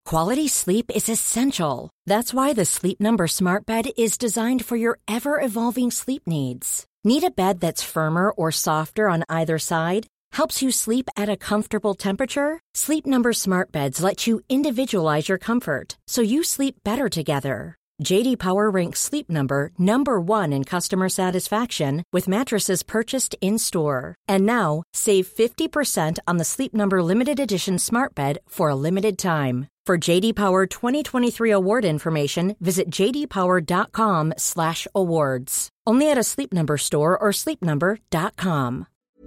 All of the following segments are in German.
Quality sleep is essential. That's why the Sleep Number Smart Bed is designed for your ever-evolving sleep needs. Need a bed that's firmer or softer on either side? Helps you sleep at a comfortable temperature? Sleep Number Smart Beds let you individualize your comfort, so you sleep better together. J.D. Power ranks Sleep Number number 1 in customer satisfaction with mattresses purchased in-store. And now, save 50% on the Sleep Number Limited Edition Smart Bed for a limited time. For J.D. Power 2023 award information, visit jdpower.com/awards. Only at a Sleep Number store or sleepnumber.com.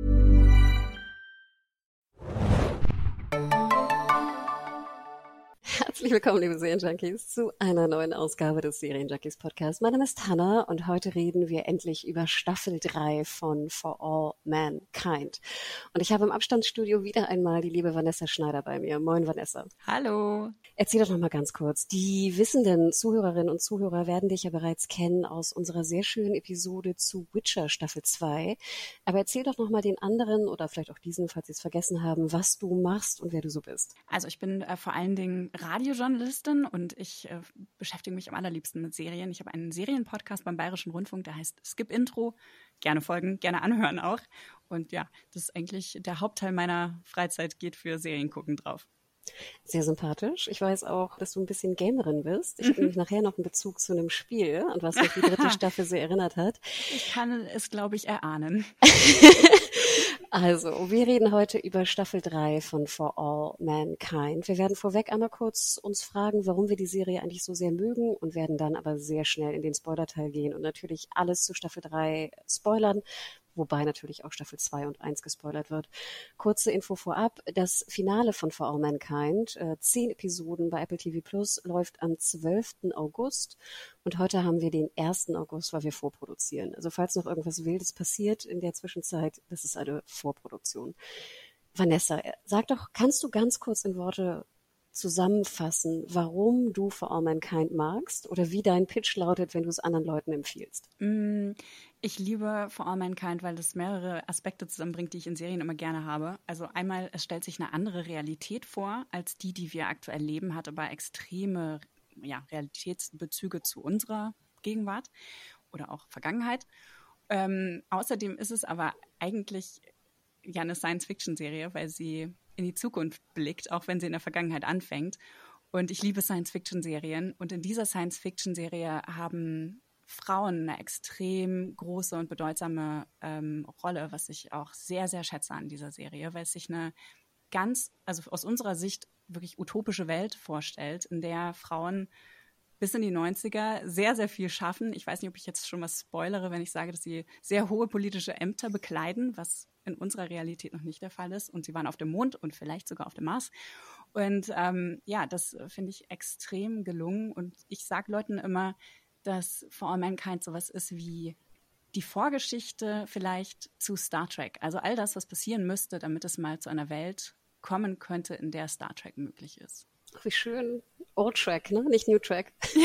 Herzlich willkommen, liebe Serienjunkies, zu einer neuen Ausgabe des Serienjunkies Podcasts. Mein Name ist Hannah und heute reden wir endlich über Staffel 3 von For All Mankind. Und ich habe im Abstandsstudio wieder einmal die liebe Vanessa Schneider bei mir. Moin, Vanessa. Hallo. Erzähl doch noch mal ganz kurz. Die wissenden Zuhörerinnen und Zuhörer werden dich ja bereits kennen aus unserer sehr schönen Episode zu Witcher Staffel 2. Aber erzähl doch noch mal den anderen oder vielleicht auch diesen, falls sie es vergessen haben, was du machst und wer du so bist. Also ich bin vor allen Dingen Radiojournalistin und ich beschäftige mich am allerliebsten mit Serien. Ich habe einen Serienpodcast beim Bayerischen Rundfunk, der heißt Skip Intro. Gerne folgen, gerne anhören auch. Und ja, das ist eigentlich der Hauptteil meiner Freizeit, geht für Serien gucken drauf. Sehr sympathisch. Ich weiß auch, dass du ein bisschen Gamerin bist. Ich habe nämlich nachher noch einen Bezug zu einem Spiel, an was mich die dritte Staffel sehr erinnert hat. Ich kann es, glaube ich, erahnen. Also, wir reden heute über Staffel 3 von For All Mankind. Wir werden vorweg einmal kurz uns fragen, warum wir die Serie eigentlich so sehr mögen und werden dann aber sehr schnell in den Spoilerteil gehen und natürlich alles zu Staffel 3 spoilern, wobei natürlich auch Staffel 2 und 1 gespoilert wird. Kurze Info vorab, das Finale von For All Mankind, 10 Episoden bei Apple TV Plus, läuft am 12. August und heute haben wir den 1. August, weil wir vorproduzieren. Also falls noch irgendwas Wildes passiert in der Zwischenzeit, das ist eine Vorproduktion. Vanessa, sag doch, kannst du ganz kurz in Worte zusammenfassen, warum du For All Mankind magst oder wie dein Pitch lautet, wenn du es anderen Leuten empfiehlst? Ich liebe For All Mankind, weil es mehrere Aspekte zusammenbringt, die ich in Serien immer gerne habe. Also einmal, es stellt sich eine andere Realität vor, als die wir aktuell leben, hat aber extreme Realitätsbezüge zu unserer Gegenwart oder auch Vergangenheit. Außerdem ist es aber eigentlich ja eine Science-Fiction-Serie, weil sie in die Zukunft blickt, auch wenn sie in der Vergangenheit anfängt. Und ich liebe Science-Fiction-Serien. Und in dieser Science-Fiction-Serie haben Frauen eine extrem große und bedeutsame Rolle, was ich auch sehr, sehr schätze an dieser Serie, weil es sich eine also aus unserer Sicht wirklich utopische Welt vorstellt, in der Frauen bis in die 90er sehr, sehr viel schaffen. Ich weiß nicht, ob ich jetzt schon was spoilere, wenn ich sage, dass sie sehr hohe politische Ämter bekleiden, was in unserer Realität noch nicht der Fall ist. Und sie waren auf dem Mond und vielleicht sogar auf dem Mars. Und das finde ich extrem gelungen. Und ich sage Leuten immer, dass For All Mankind sowas ist wie die Vorgeschichte vielleicht zu Star Trek. Also all das, was passieren müsste, damit es mal zu einer Welt kommen könnte, in der Star Trek möglich ist. Ach, wie schön. Old Track, ne? Nicht New Track. Ja.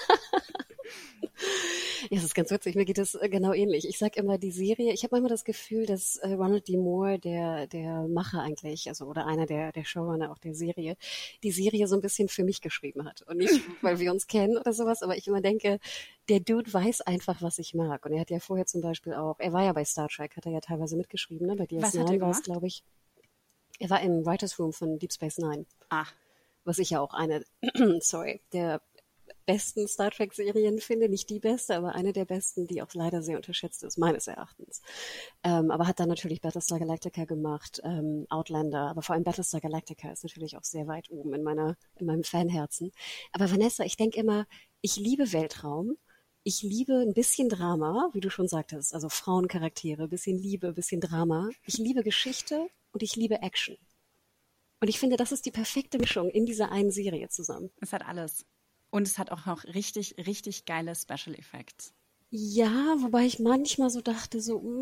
Ja, das ist ganz witzig. Mir geht es genau ähnlich. Ich sage immer, die Serie, ich habe manchmal das Gefühl, dass Ronald D. Moore, der Macher eigentlich, also oder einer der Showrunner auch der Serie, die Serie so ein bisschen für mich geschrieben hat. Und nicht, weil wir uns kennen oder sowas, aber ich immer denke, der Dude weiß einfach, was ich mag. Und er hat ja vorher zum Beispiel auch, er war ja bei Star Trek, hat er ja teilweise mitgeschrieben, ne? Bei DS9 war es, glaube ich. Er war im Writers Room von Deep Space Nine. Was ich ja auch eine, der besten Star Trek-Serien finde, nicht die beste, aber eine der besten, die auch leider sehr unterschätzt ist, meines Erachtens. Aber hat dann natürlich Battlestar Galactica gemacht, Outlander, aber vor allem Battlestar Galactica ist natürlich auch sehr weit oben in meinem Fanherzen. Aber Vanessa, ich denke immer, ich liebe Weltraum, ich liebe ein bisschen Drama, wie du schon sagtest, also Frauencharaktere, bisschen Liebe, bisschen Drama. Ich liebe Geschichte und ich liebe Action. Und ich finde, das ist die perfekte Mischung in dieser einen Serie zusammen. Es hat alles. Und es hat auch noch richtig, richtig geile Special Effects. Ja, wobei ich manchmal so dachte,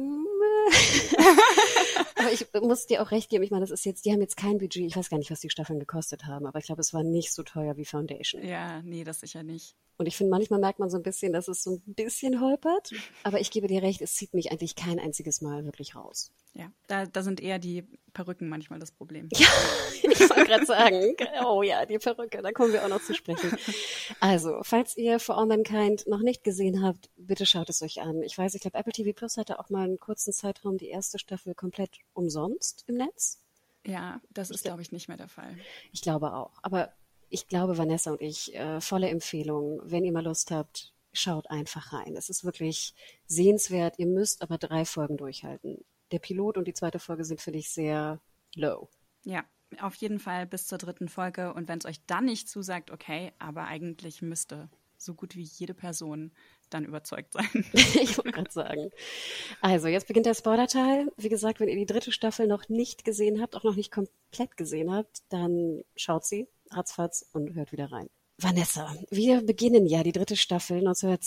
Aber ich muss dir auch recht geben, ich meine, die haben jetzt kein Budget, ich weiß gar nicht, was die Staffeln gekostet haben, aber ich glaube, es war nicht so teuer wie Foundation. Ja, nee, das sicher nicht. Und ich finde, manchmal merkt man so ein bisschen, dass es so ein bisschen holpert, aber ich gebe dir recht, es zieht mich eigentlich kein einziges Mal wirklich raus. Ja, da sind eher die Perücken manchmal das Problem. Ja, ich wollte gerade sagen, oh ja, die Perücke, da kommen wir auch noch zu sprechen. Also, falls ihr For All Mankind noch nicht gesehen habt, bitte schaut es euch an. Ich weiß, ich glaube, Apple TV Plus hatte auch mal einen kurzen Zeitraum die erste Staffel komplett umsonst im Netz. Ja, das ist, glaube ich, nicht mehr der Fall. Ich glaube auch. Aber ich glaube, Vanessa und ich, volle Empfehlung, wenn ihr mal Lust habt, schaut einfach rein. Es ist wirklich sehenswert. Ihr müsst aber 3 Folgen durchhalten. Der Pilot und die zweite Folge sind, finde ich, sehr low. Ja, auf jeden Fall bis zur 3. Folge. Und wenn es euch dann nicht zusagt, okay, aber eigentlich müsste so gut wie jede Person dann überzeugt sein. Ich wollte gerade sagen. Also, jetzt beginnt der Spoiler-Teil. Wie gesagt, wenn ihr die 3. Staffel noch nicht gesehen habt, auch noch nicht komplett gesehen habt, dann schaut sie, ratzfatz und hört wieder rein. Vanessa, wir beginnen ja die 3. Staffel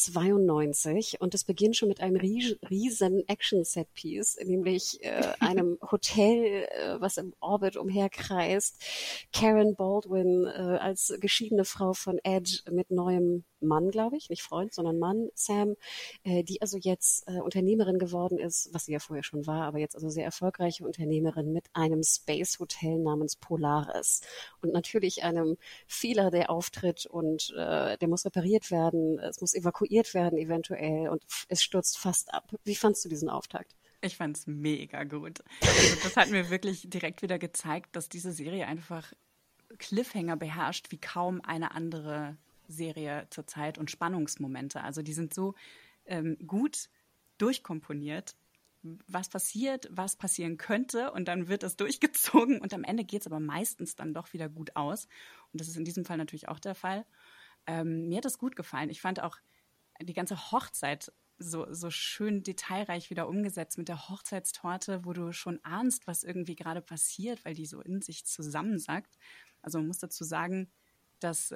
1992 und es beginnt schon mit einem riesen Action-Set-Piece, nämlich einem Hotel, was im Orbit umherkreist. Karen Baldwin als geschiedene Frau von Ed mit neuem Mann, glaube ich, nicht Freund, sondern Mann, Sam, die also jetzt Unternehmerin geworden ist, was sie ja vorher schon war, aber jetzt also sehr erfolgreiche Unternehmerin mit einem Space-Hotel namens Polaris und natürlich einem Fehler, der auftritt und der muss repariert werden, es muss evakuiert werden eventuell und es stürzt fast ab. Wie fandst du diesen Auftakt? Ich fand's mega gut. Also das hat mir wirklich direkt wieder gezeigt, dass diese Serie einfach Cliffhanger beherrscht wie kaum eine andere Serie zurzeit und Spannungsmomente. Also die sind so gut durchkomponiert, was passiert, was passieren könnte und dann wird das durchgezogen und am Ende geht es aber meistens dann doch wieder gut aus. Und das ist in diesem Fall natürlich auch der Fall. Mir hat das gut gefallen. Ich fand auch die ganze Hochzeit so schön detailreich wieder umgesetzt mit der Hochzeitstorte, wo du schon ahnst, was irgendwie gerade passiert, weil die so in sich zusammensackt. Also man muss dazu sagen, dass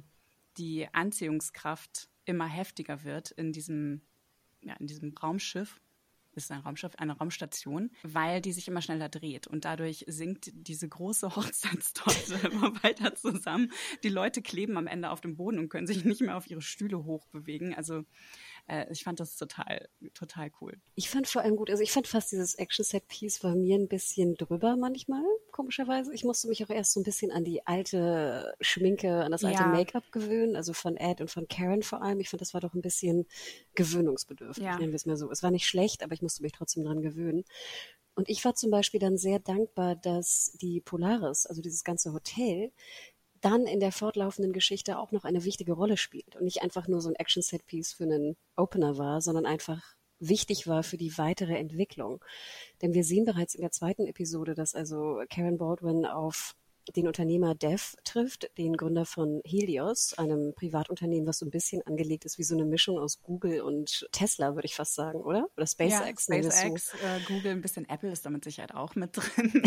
die Anziehungskraft immer heftiger wird in diesem Raumschiff. Ist ein Raumschiff, eine Raumstation, weil die sich immer schneller dreht und dadurch sinkt diese große Hochzeitstorte immer weiter zusammen. Die Leute kleben am Ende auf dem Boden und können sich nicht mehr auf ihre Stühle hochbewegen. Also ich fand das total cool. Ich fand vor allem gut, also ich fand fast dieses Action-Set-Piece war mir ein bisschen drüber manchmal, komischerweise. Ich musste mich auch erst so ein bisschen an die alte Schminke, an das alte Make-up gewöhnen, also von Ed und von Karen vor allem. Ich fand, das war doch ein bisschen gewöhnungsbedürftig, nennen wir es mal so. Es war nicht schlecht, aber ich musste mich trotzdem dran gewöhnen. Und ich war zum Beispiel dann sehr dankbar, dass die Polaris, also dieses ganze Hotel, dann in der fortlaufenden Geschichte auch noch eine wichtige Rolle spielt und nicht einfach nur so ein Action-Set-Piece für einen Opener war, sondern einfach wichtig war für die weitere Entwicklung. Denn wir sehen bereits in der 2. Episode, dass also Karen Baldwin auf den Unternehmer Dev trifft, den Gründer von Helios, einem Privatunternehmen, was so ein bisschen angelegt ist wie so eine Mischung aus Google und Tesla, würde ich fast sagen, oder? Oder SpaceX. Ja, SpaceX, Google, ein bisschen Apple ist da mit Sicherheit auch mit drin.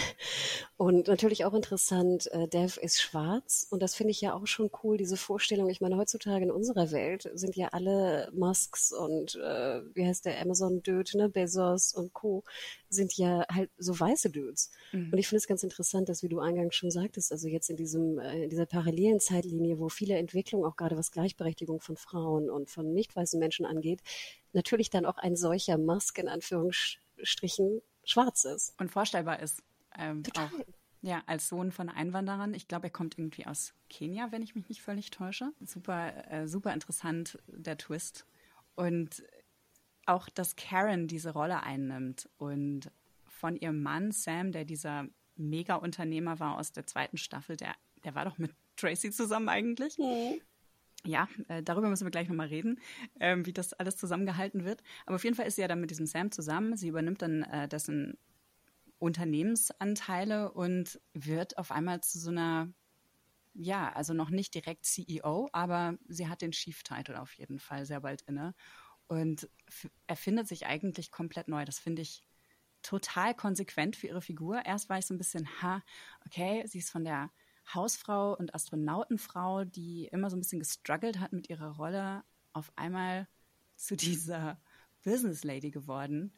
Und natürlich auch interessant, Dev ist schwarz und das finde ich ja auch schon cool, diese Vorstellung. Ich meine, heutzutage in unserer Welt sind ja alle Musks und wie heißt der Amazon-Dude, ne? Bezos und Co. sind ja halt so weiße Dudes. Mhm. Und ich finde es ganz interessant, dass, wie du eingangs schon sagtest, also jetzt in dieser parallelen Zeitlinie, wo viele Entwicklungen, auch gerade was Gleichberechtigung von Frauen und von nicht weißen Menschen angeht, natürlich dann auch ein solcher Musk in Anführungsstrichen schwarz ist. Und vorstellbar ist. Auch, ja, als Sohn von Einwanderern. Ich glaube, er kommt irgendwie aus Kenia, wenn ich mich nicht völlig täusche. Super interessant, der Twist. Und auch, dass Karen diese Rolle einnimmt und von ihrem Mann Sam, der dieser Mega-Unternehmer war aus der 2. Staffel, der war doch mit Tracy zusammen eigentlich. Mhm. Ja, darüber müssen wir gleich nochmal reden, wie das alles zusammengehalten wird. Aber auf jeden Fall ist sie ja dann mit diesem Sam zusammen. Sie übernimmt dann dessen Unternehmensanteile und wird auf einmal zu so einer, ja, also noch nicht direkt CEO, aber sie hat den Chief Title auf jeden Fall sehr bald inne und erfindet sich eigentlich komplett neu. Das finde ich total konsequent für ihre Figur. Erst war ich so ein bisschen, okay, sie ist von der Hausfrau und Astronautenfrau, die immer so ein bisschen gestruggelt hat mit ihrer Rolle, auf einmal zu dieser Business Lady geworden,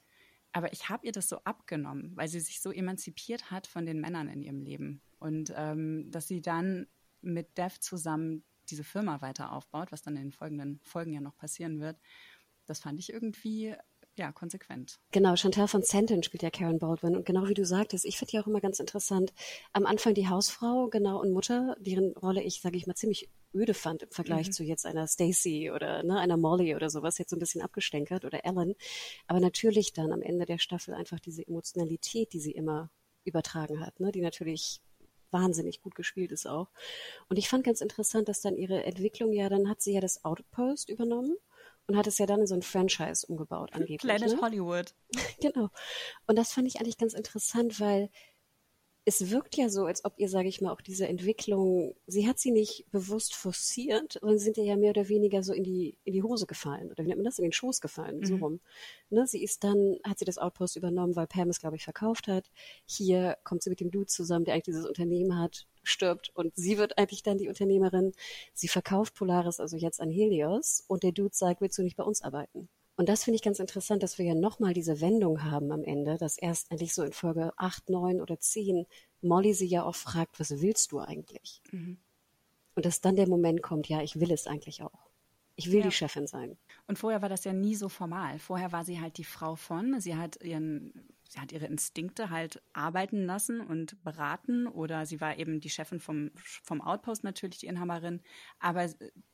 Aber ich habe ihr das so abgenommen, weil sie sich so emanzipiert hat von den Männern in ihrem Leben. Und dass sie dann mit Dev zusammen diese Firma weiter aufbaut, was dann in den folgenden Folgen ja noch passieren wird, das fand ich irgendwie konsequent. Genau, Chantal von Santon spielt ja Karen Baldwin. Und genau wie du sagtest, ich finde ja auch immer ganz interessant, am Anfang die Hausfrau, genau, und Mutter, deren Rolle ich, sage ich mal, ziemlich öde fand im Vergleich zu jetzt einer Stacey oder einer Molly oder sowas, jetzt so ein bisschen abgestänkert oder Ellen. Aber natürlich dann am Ende der Staffel einfach diese Emotionalität, die sie immer übertragen hat, ne, die natürlich wahnsinnig gut gespielt ist auch. Und ich fand ganz interessant, dass dann ihre Entwicklung dann hat sie ja das Outpost übernommen und hat es ja dann in so ein Franchise umgebaut angeblich. Planet Hollywood. Genau. Und das fand ich eigentlich ganz interessant, weil es wirkt ja so, als ob ihr, sage ich mal, auch diese Entwicklung, sie hat sie nicht bewusst forciert, sondern sie sind ihr ja mehr oder weniger so in die Hose gefallen. Oder wie nennt man das? In den Schoß gefallen, so rum. Ne, hat sie das Outpost übernommen, weil Pam es, glaube ich, verkauft hat. Hier kommt sie mit dem Dude zusammen, der eigentlich dieses Unternehmen hat, stirbt und sie wird eigentlich dann die Unternehmerin. Sie verkauft Polaris also jetzt an Helios und der Dude sagt, willst du nicht bei uns arbeiten? Und das finde ich ganz interessant, dass wir ja nochmal diese Wendung haben am Ende, dass erst eigentlich so in Folge 8, 9 oder 10 Molly sie ja auch fragt, was willst du eigentlich? Und dass dann der Moment kommt, ja, ich will es eigentlich auch. Ich will die Chefin sein. Und vorher war das ja nie so formal. Vorher war sie halt die Frau von, sie hat ihre Instinkte halt arbeiten lassen und beraten oder sie war eben die Chefin vom Outpost natürlich, die Inhaberin. Aber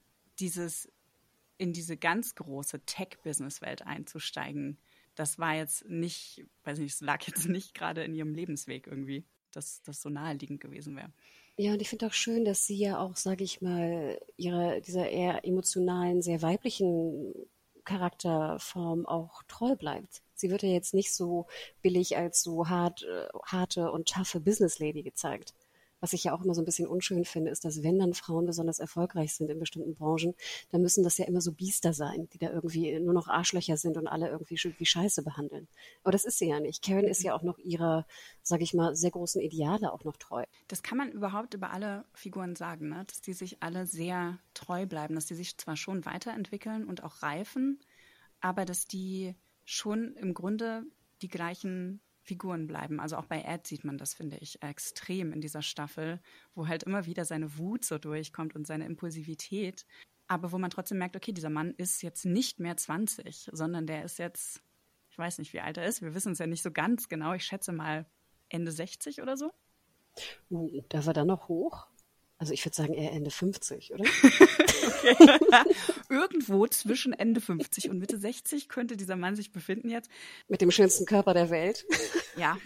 in diese ganz große Tech-Business-Welt einzusteigen, das war jetzt nicht, weiß nicht, es lag jetzt nicht gerade in ihrem Lebensweg irgendwie, dass das so naheliegend gewesen wäre. Ja, und ich finde auch schön, dass sie ja auch, sage ich mal, dieser eher emotionalen, sehr weiblichen Charakterform auch treu bleibt. Sie wird ja jetzt nicht so billig als so harte und taffe Business Lady gezeigt. Was ich ja auch immer so ein bisschen unschön finde, ist, dass wenn dann Frauen besonders erfolgreich sind in bestimmten Branchen, dann müssen das ja immer so Biester sein, die da irgendwie nur noch Arschlöcher sind und alle irgendwie wie Scheiße behandeln. Aber das ist sie ja nicht. Karen ist ja auch noch ihrer, sage ich mal, sehr großen Ideale auch noch treu. Das kann man überhaupt über alle Figuren sagen, ne? Dass die sich alle sehr treu bleiben, dass die sich zwar schon weiterentwickeln und auch reifen, aber dass die schon im Grunde die gleichen Figuren bleiben. Also auch bei Ed sieht man das, finde ich, extrem in dieser Staffel, wo halt immer wieder seine Wut so durchkommt und seine Impulsivität, aber wo man trotzdem merkt, okay, dieser Mann ist jetzt nicht mehr 20, sondern der ist jetzt, ich weiß nicht, wie alt er ist, wir wissen es ja nicht so ganz genau, ich schätze mal Ende 60 oder so. Da war dann noch hoch? Also ich würde sagen eher Ende 50, oder? Okay. Irgendwo zwischen Ende 50 und Mitte 60 könnte dieser Mann sich befinden jetzt. Mit dem schönsten Körper der Welt. Ja.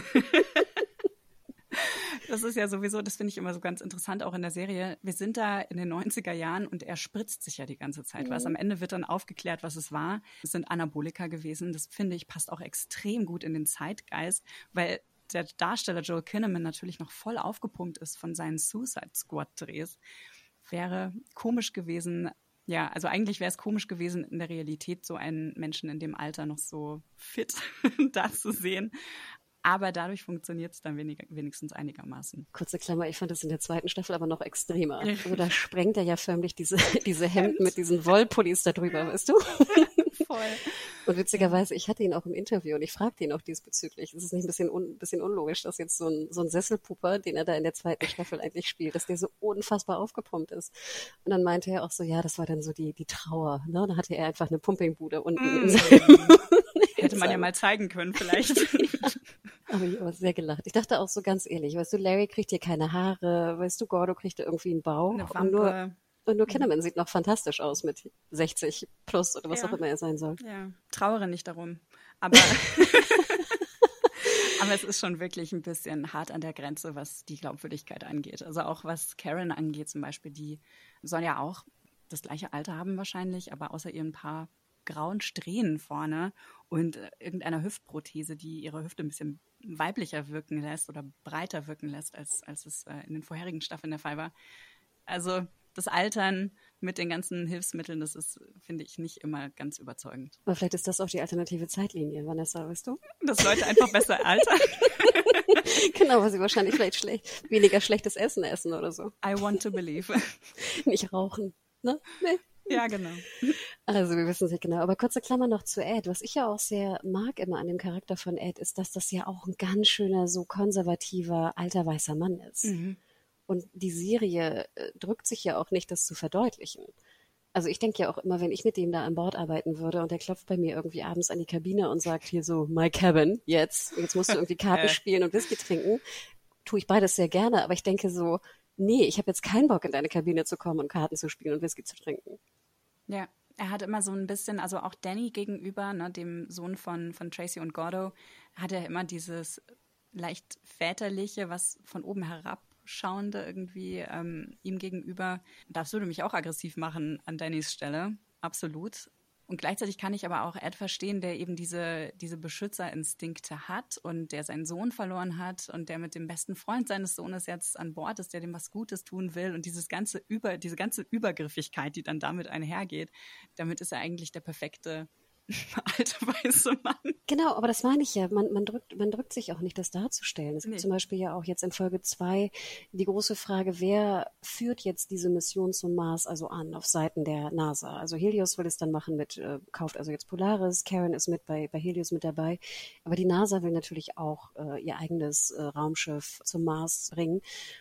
Das ist ja sowieso, das finde ich immer so ganz interessant, auch in der Serie. Wir sind da in den 90er Jahren und er spritzt sich ja die ganze Zeit was. Am Ende wird dann aufgeklärt, was es war. Es sind Anabolika gewesen. Das, finde ich, passt auch extrem gut in den Zeitgeist, weil der Darsteller Joel Kinnaman natürlich noch voll aufgepumpt ist von seinen Suicide Squad-Drehs. Wäre komisch gewesen, ja, also eigentlich wäre es komisch gewesen, in der Realität so einen Menschen in dem Alter noch so fit da zu sehen. Aber dadurch funktioniert es dann wenigstens einigermaßen. Kurze Klammer, ich fand das in der zweiten Staffel aber noch extremer. Also da sprengt er ja förmlich diese Hemden mit diesen Wollpullis da drüber, weißt du? Voll. Und witzigerweise, ich hatte ihn auch im Interview und ich fragte ihn auch diesbezüglich. Es ist nicht ein bisschen unlogisch, dass jetzt so ein Sesselpupper, den er da in der zweiten Staffel eigentlich spielt, dass der so unfassbar aufgepumpt ist. Und dann meinte er auch so, ja, das war dann so die Trauer. Ne? Da hatte er einfach eine Pumpingbude unten in seinem Hätte man ja mal zeigen können vielleicht. Aber ich habe sehr gelacht. Ich dachte auch so ganz ehrlich, weißt du, Larry kriegt hier keine Haare, weißt du, Gordo kriegt hier irgendwie einen Bauch. Eine Wampe. Und nur Kinnaman sieht noch fantastisch aus mit 60 plus oder was auch immer er sein soll. Ja, trauere nicht darum. Aber es ist schon wirklich ein bisschen hart an der Grenze, was die Glaubwürdigkeit angeht. Also auch was Karen angeht zum Beispiel, die soll ja auch das gleiche Alter haben wahrscheinlich, aber außer ihren paar grauen Strähnen vorne und irgendeiner Hüftprothese, die ihre Hüfte ein bisschen weiblicher wirken lässt oder breiter wirken lässt, als es in den vorherigen Staffeln der Fall war. Also das Altern mit den ganzen Hilfsmitteln, das ist, finde ich, nicht immer ganz überzeugend. Aber vielleicht ist das auch die alternative Zeitlinie, Vanessa, weißt du? Dass Leute einfach besser altern. Genau, weil sie wahrscheinlich vielleicht weniger schlechtes Essen essen oder so. I want to believe. Nicht rauchen, ne? Nee. Ja, genau. Also wir wissen es nicht genau. Aber kurze Klammer noch zu Ed. Was ich ja auch sehr mag immer an dem Charakter von Ed, ist, dass das ja auch ein ganz schöner, so konservativer, alter weißer Mann ist. Mhm. Und die Serie drückt sich ja auch nicht, das zu verdeutlichen. Also ich denke ja auch immer, wenn ich mit dem da an Bord arbeiten würde und der klopft bei mir irgendwie abends an die Kabine und sagt hier so, my cabin, jetzt musst du irgendwie Karten spielen und Whisky trinken, tue ich beides sehr gerne. Aber ich denke so, nee, ich habe jetzt keinen Bock in deine Kabine zu kommen und Karten zu spielen und Whisky zu trinken. Ja, er hat immer so ein bisschen, also auch Danny gegenüber, ne, dem Sohn von Tracy und Gordo, hat er immer dieses leicht väterliche, was von oben herabschauende irgendwie ihm gegenüber. Das würde mich auch aggressiv machen an Dannys Stelle, absolut. Und gleichzeitig kann ich aber auch Ed verstehen, der eben diese Beschützerinstinkte hat und der seinen Sohn verloren hat und der mit dem besten Freund seines Sohnes jetzt an Bord ist, der dem was Gutes tun will und diese ganze Übergriffigkeit, die dann damit einhergeht, damit ist er eigentlich der perfekte alte weiße Mann. Genau, aber das meine ich ja. Man drückt sich auch nicht, das darzustellen. Es gibt zum Beispiel ja auch jetzt in Folge 2 die große Frage, wer führt jetzt diese Mission zum Mars also an, auf Seiten der NASA? Also Helios will es dann machen kauft also jetzt Polaris, Karen ist mit bei Helios mit dabei. Aber die NASA will natürlich auch ihr eigenes Raumschiff zum Mars bringen.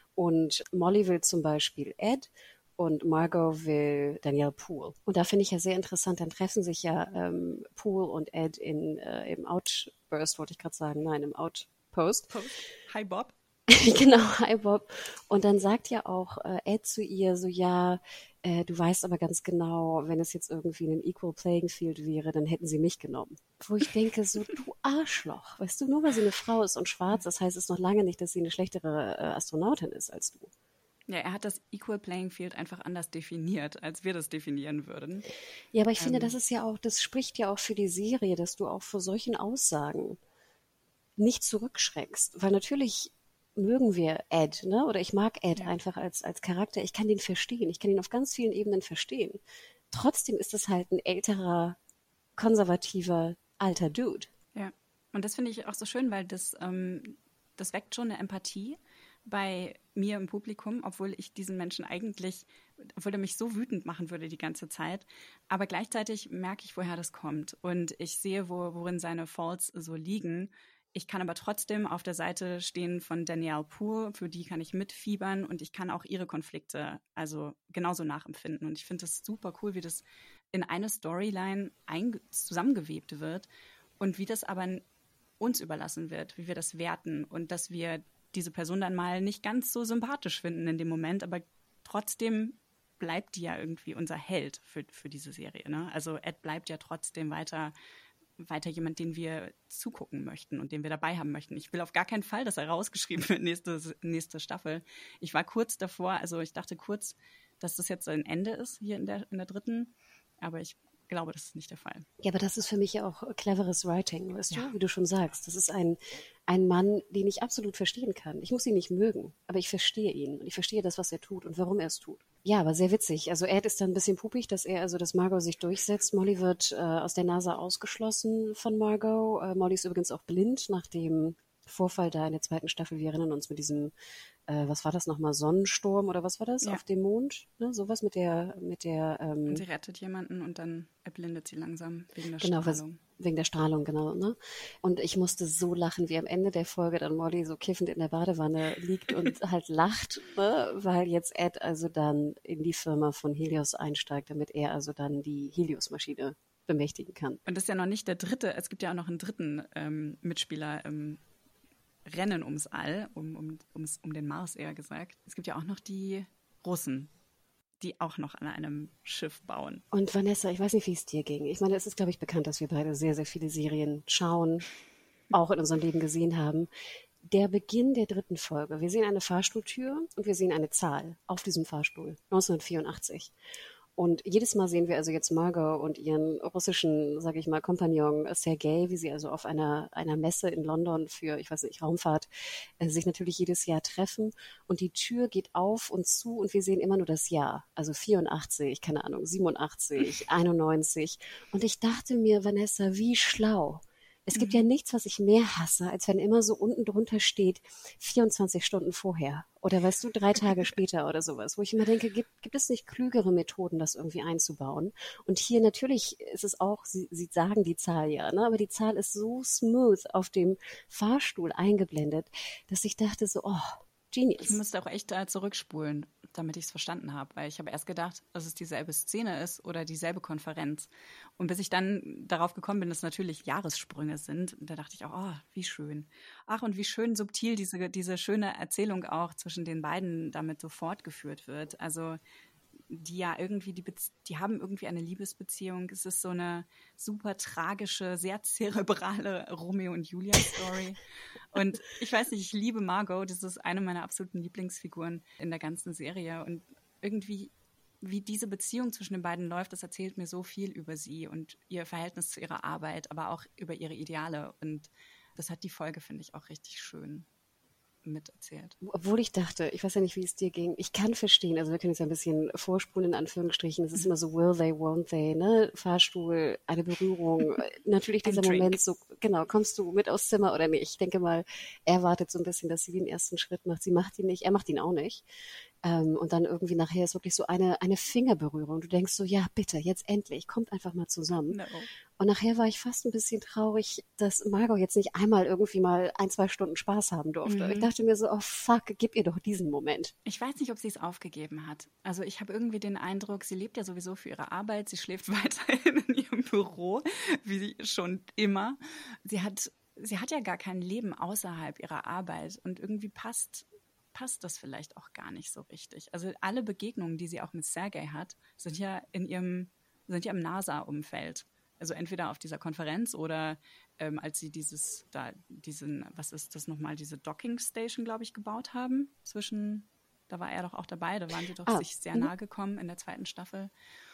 Und Molly will zum Beispiel Ed. Und Margot will Danielle Poole. Und da finde ich ja sehr interessant, dann treffen sich ja Poole und Ed im Outburst, wollte ich gerade sagen, nein, im Outpost. Hi Bob. Genau, hi Bob. Und dann sagt ja auch Ed zu ihr so, ja, du weißt aber ganz genau, wenn es jetzt irgendwie ein Equal Playing Field wäre, dann hätten sie mich genommen. Wo ich denke, so, du Arschloch, weißt du, nur weil sie eine Frau ist und schwarz, das heißt es noch lange nicht, dass sie eine schlechtere Astronautin ist als du. Ja, er hat das Equal Playing Field einfach anders definiert, als wir das definieren würden. Ja, aber ich finde, das spricht ja auch für die Serie, dass du auch vor solchen Aussagen nicht zurückschreckst. Weil natürlich mögen wir Ed, ne? Oder ich mag Ed einfach als Charakter. Ich kann den verstehen. Ich kann ihn auf ganz vielen Ebenen verstehen. Trotzdem ist es halt ein älterer, konservativer, alter Dude. Ja, und das finde ich auch so schön, weil das weckt schon eine Empathie bei mir im Publikum, obwohl ich diesen Menschen obwohl er mich so wütend machen würde die ganze Zeit. Aber gleichzeitig merke ich, woher das kommt. Und ich sehe, worin seine Faults so liegen. Ich kann aber trotzdem auf der Seite stehen von Danielle Poole, für die kann ich mitfiebern und ich kann auch ihre Konflikte also genauso nachempfinden. Und ich finde das super cool, wie das in eine Storyline zusammengewebt wird und wie das aber uns überlassen wird, wie wir das werten und dass wir diese Person dann mal nicht ganz so sympathisch finden in dem Moment, aber trotzdem bleibt die ja irgendwie unser Held für diese Serie. Ne? Also Ed bleibt ja trotzdem weiter jemand, den wir zugucken möchten und den wir dabei haben möchten. Ich will auf gar keinen Fall, dass er rausgeschrieben wird, nächste Staffel. Ich war kurz davor, also ich dachte kurz, dass das jetzt ein Ende ist hier in der dritten, aber ich glaube, das ist nicht der Fall. Ja, aber das ist für mich ja auch cleveres Writing, weißt du, wie du schon sagst. Das ist ein Mann, den ich absolut verstehen kann. Ich muss ihn nicht mögen, aber ich verstehe ihn und ich verstehe das, was er tut und warum er es tut. Ja, aber sehr witzig. Also Ed ist dann ein bisschen pupig, dass Margot sich durchsetzt. Molly wird aus der NASA ausgeschlossen von Margot. Molly ist übrigens auch blind nach dem Vorfall da in der 2. Staffel. Wir erinnern uns mit diesem, was war das nochmal, Sonnensturm oder was war das auf dem Mond? Ne? Sowas mit der und sie rettet jemanden und dann erblindet sie langsam wegen der Strahlung. Wegen der Strahlung, genau. Ne? Und ich musste so lachen, wie am Ende der Folge dann Molly so kiffend in der Badewanne liegt und halt lacht, ne? Weil jetzt Ed also dann in die Firma von Helios einsteigt, damit er also dann die Helios-Maschine bemächtigen kann. Und das ist ja noch nicht der dritte, es gibt ja auch noch einen dritten Mitspieler im Rennen ums All, um den Mars eher gesagt. Es gibt ja auch noch die Russen, die auch noch an einem Schiff bauen. Und Vanessa, ich weiß nicht, wie es dir ging. Ich meine, es ist, glaube ich, bekannt, dass wir beide sehr, sehr viele Serien schauen, auch in unserem Leben gesehen haben. Der Beginn der 3. Folge. Wir sehen eine Fahrstuhltür und wir sehen eine Zahl auf diesem Fahrstuhl. 1984. Und jedes Mal sehen wir also jetzt Margot und ihren russischen, sage ich mal, Kompagnon Sergei, wie sie also auf einer Messe in London für, ich weiß nicht, Raumfahrt, sich natürlich jedes Jahr treffen. Und die Tür geht auf und zu und wir sehen immer nur das Jahr. Also 84, keine Ahnung, 87, 91. Und ich dachte mir, Vanessa, wie schlau. Es gibt ja nichts, was ich mehr hasse, als wenn immer so unten drunter steht, 24 Stunden vorher oder weißt du, 3 Tage später oder sowas, wo ich immer denke, gibt es nicht klügere Methoden, das irgendwie einzubauen? Und hier natürlich ist es auch, sie sagen die Zahl ja, ne, aber die Zahl ist so smooth auf dem Fahrstuhl eingeblendet, dass ich dachte so, oh, Genius. Ich musste auch echt zurückspulen, damit ich es verstanden habe, weil ich habe erst gedacht, dass es dieselbe Szene ist oder dieselbe Konferenz. Und bis ich dann darauf gekommen bin, dass natürlich Jahressprünge sind, da dachte ich auch, oh, wie schön. Ach, und wie schön subtil diese schöne Erzählung auch zwischen den beiden damit so fortgeführt wird. Also die ja irgendwie, die haben irgendwie eine Liebesbeziehung. Es ist so eine super tragische, sehr zerebrale Romeo und Julia Story. Und ich weiß nicht, ich liebe Margot. Das ist eine meiner absoluten Lieblingsfiguren in der ganzen Serie. Und irgendwie, wie diese Beziehung zwischen den beiden läuft, das erzählt mir so viel über sie und ihr Verhältnis zu ihrer Arbeit, aber auch über ihre Ideale. Und das hat die Folge, finde ich, auch richtig schön miterzählt. Obwohl ich dachte, ich weiß ja nicht, wie es dir ging, ich kann verstehen, also wir können jetzt ein bisschen vorspulen in Anführungsstrichen, es ist immer so will they, won't they, ne, Fahrstuhl, eine Berührung, natürlich dieser Moment so, genau, kommst du mit aufs Zimmer oder nicht? Ich denke mal, er wartet so ein bisschen, dass sie den ersten Schritt macht, sie macht ihn nicht, er macht ihn auch nicht. Und dann irgendwie nachher ist wirklich so eine Fingerberührung. Du denkst so, ja bitte, jetzt endlich, kommt einfach mal zusammen. No. Und nachher war ich fast ein bisschen traurig, dass Margot jetzt nicht einmal irgendwie mal 1-2 Stunden Spaß haben durfte. Ich dachte mir so, oh fuck, gib ihr doch diesen Moment. Ich weiß nicht, ob sie es aufgegeben hat. Also ich habe irgendwie den Eindruck, sie lebt ja sowieso für ihre Arbeit, sie schläft weiterhin in ihrem Büro, wie schon immer. Sie hat ja gar kein Leben außerhalb ihrer Arbeit und irgendwie passt das vielleicht auch gar nicht so richtig. Also alle Begegnungen, die sie auch mit Sergei hat, sind ja im NASA-Umfeld. Also entweder auf dieser Konferenz oder als sie was ist das nochmal, diese Docking Station, glaube ich, gebaut haben da war er doch auch dabei, da waren sie doch sich sehr nahe gekommen in der 2. Staffel.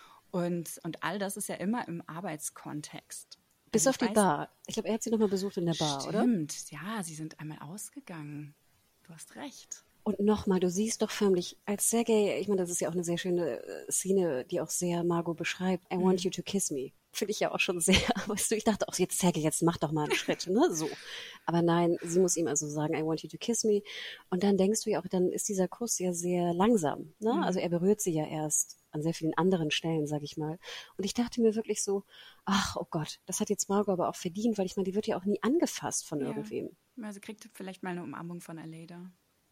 Und all das ist ja immer im Arbeitskontext. Bis auf die Bar. Ich glaube, er hat sie nochmal besucht in der Bar, oder? Stimmt, ja, sie sind einmal ausgegangen. Du hast recht. Und nochmal, du siehst doch förmlich, als Sergei, ich meine, das ist ja auch eine sehr schöne Szene, die auch sehr Margot beschreibt, I want you to kiss me. Finde ich ja auch schon sehr, weißt du, ich dachte auch, jetzt Sergei, jetzt mach doch mal einen Schritt, ne, so. Aber nein, sie muss ihm also sagen, I want you to kiss me. Und dann denkst du ja auch, dann ist dieser Kuss ja sehr langsam, ne, also er berührt sie ja erst an sehr vielen anderen Stellen, sag ich mal. Und ich dachte mir wirklich so, ach, oh Gott, das hat jetzt Margot aber auch verdient, weil ich meine, die wird ja auch nie angefasst von irgendwem. Ja, sie kriegt vielleicht mal eine Umarmung von Aleida.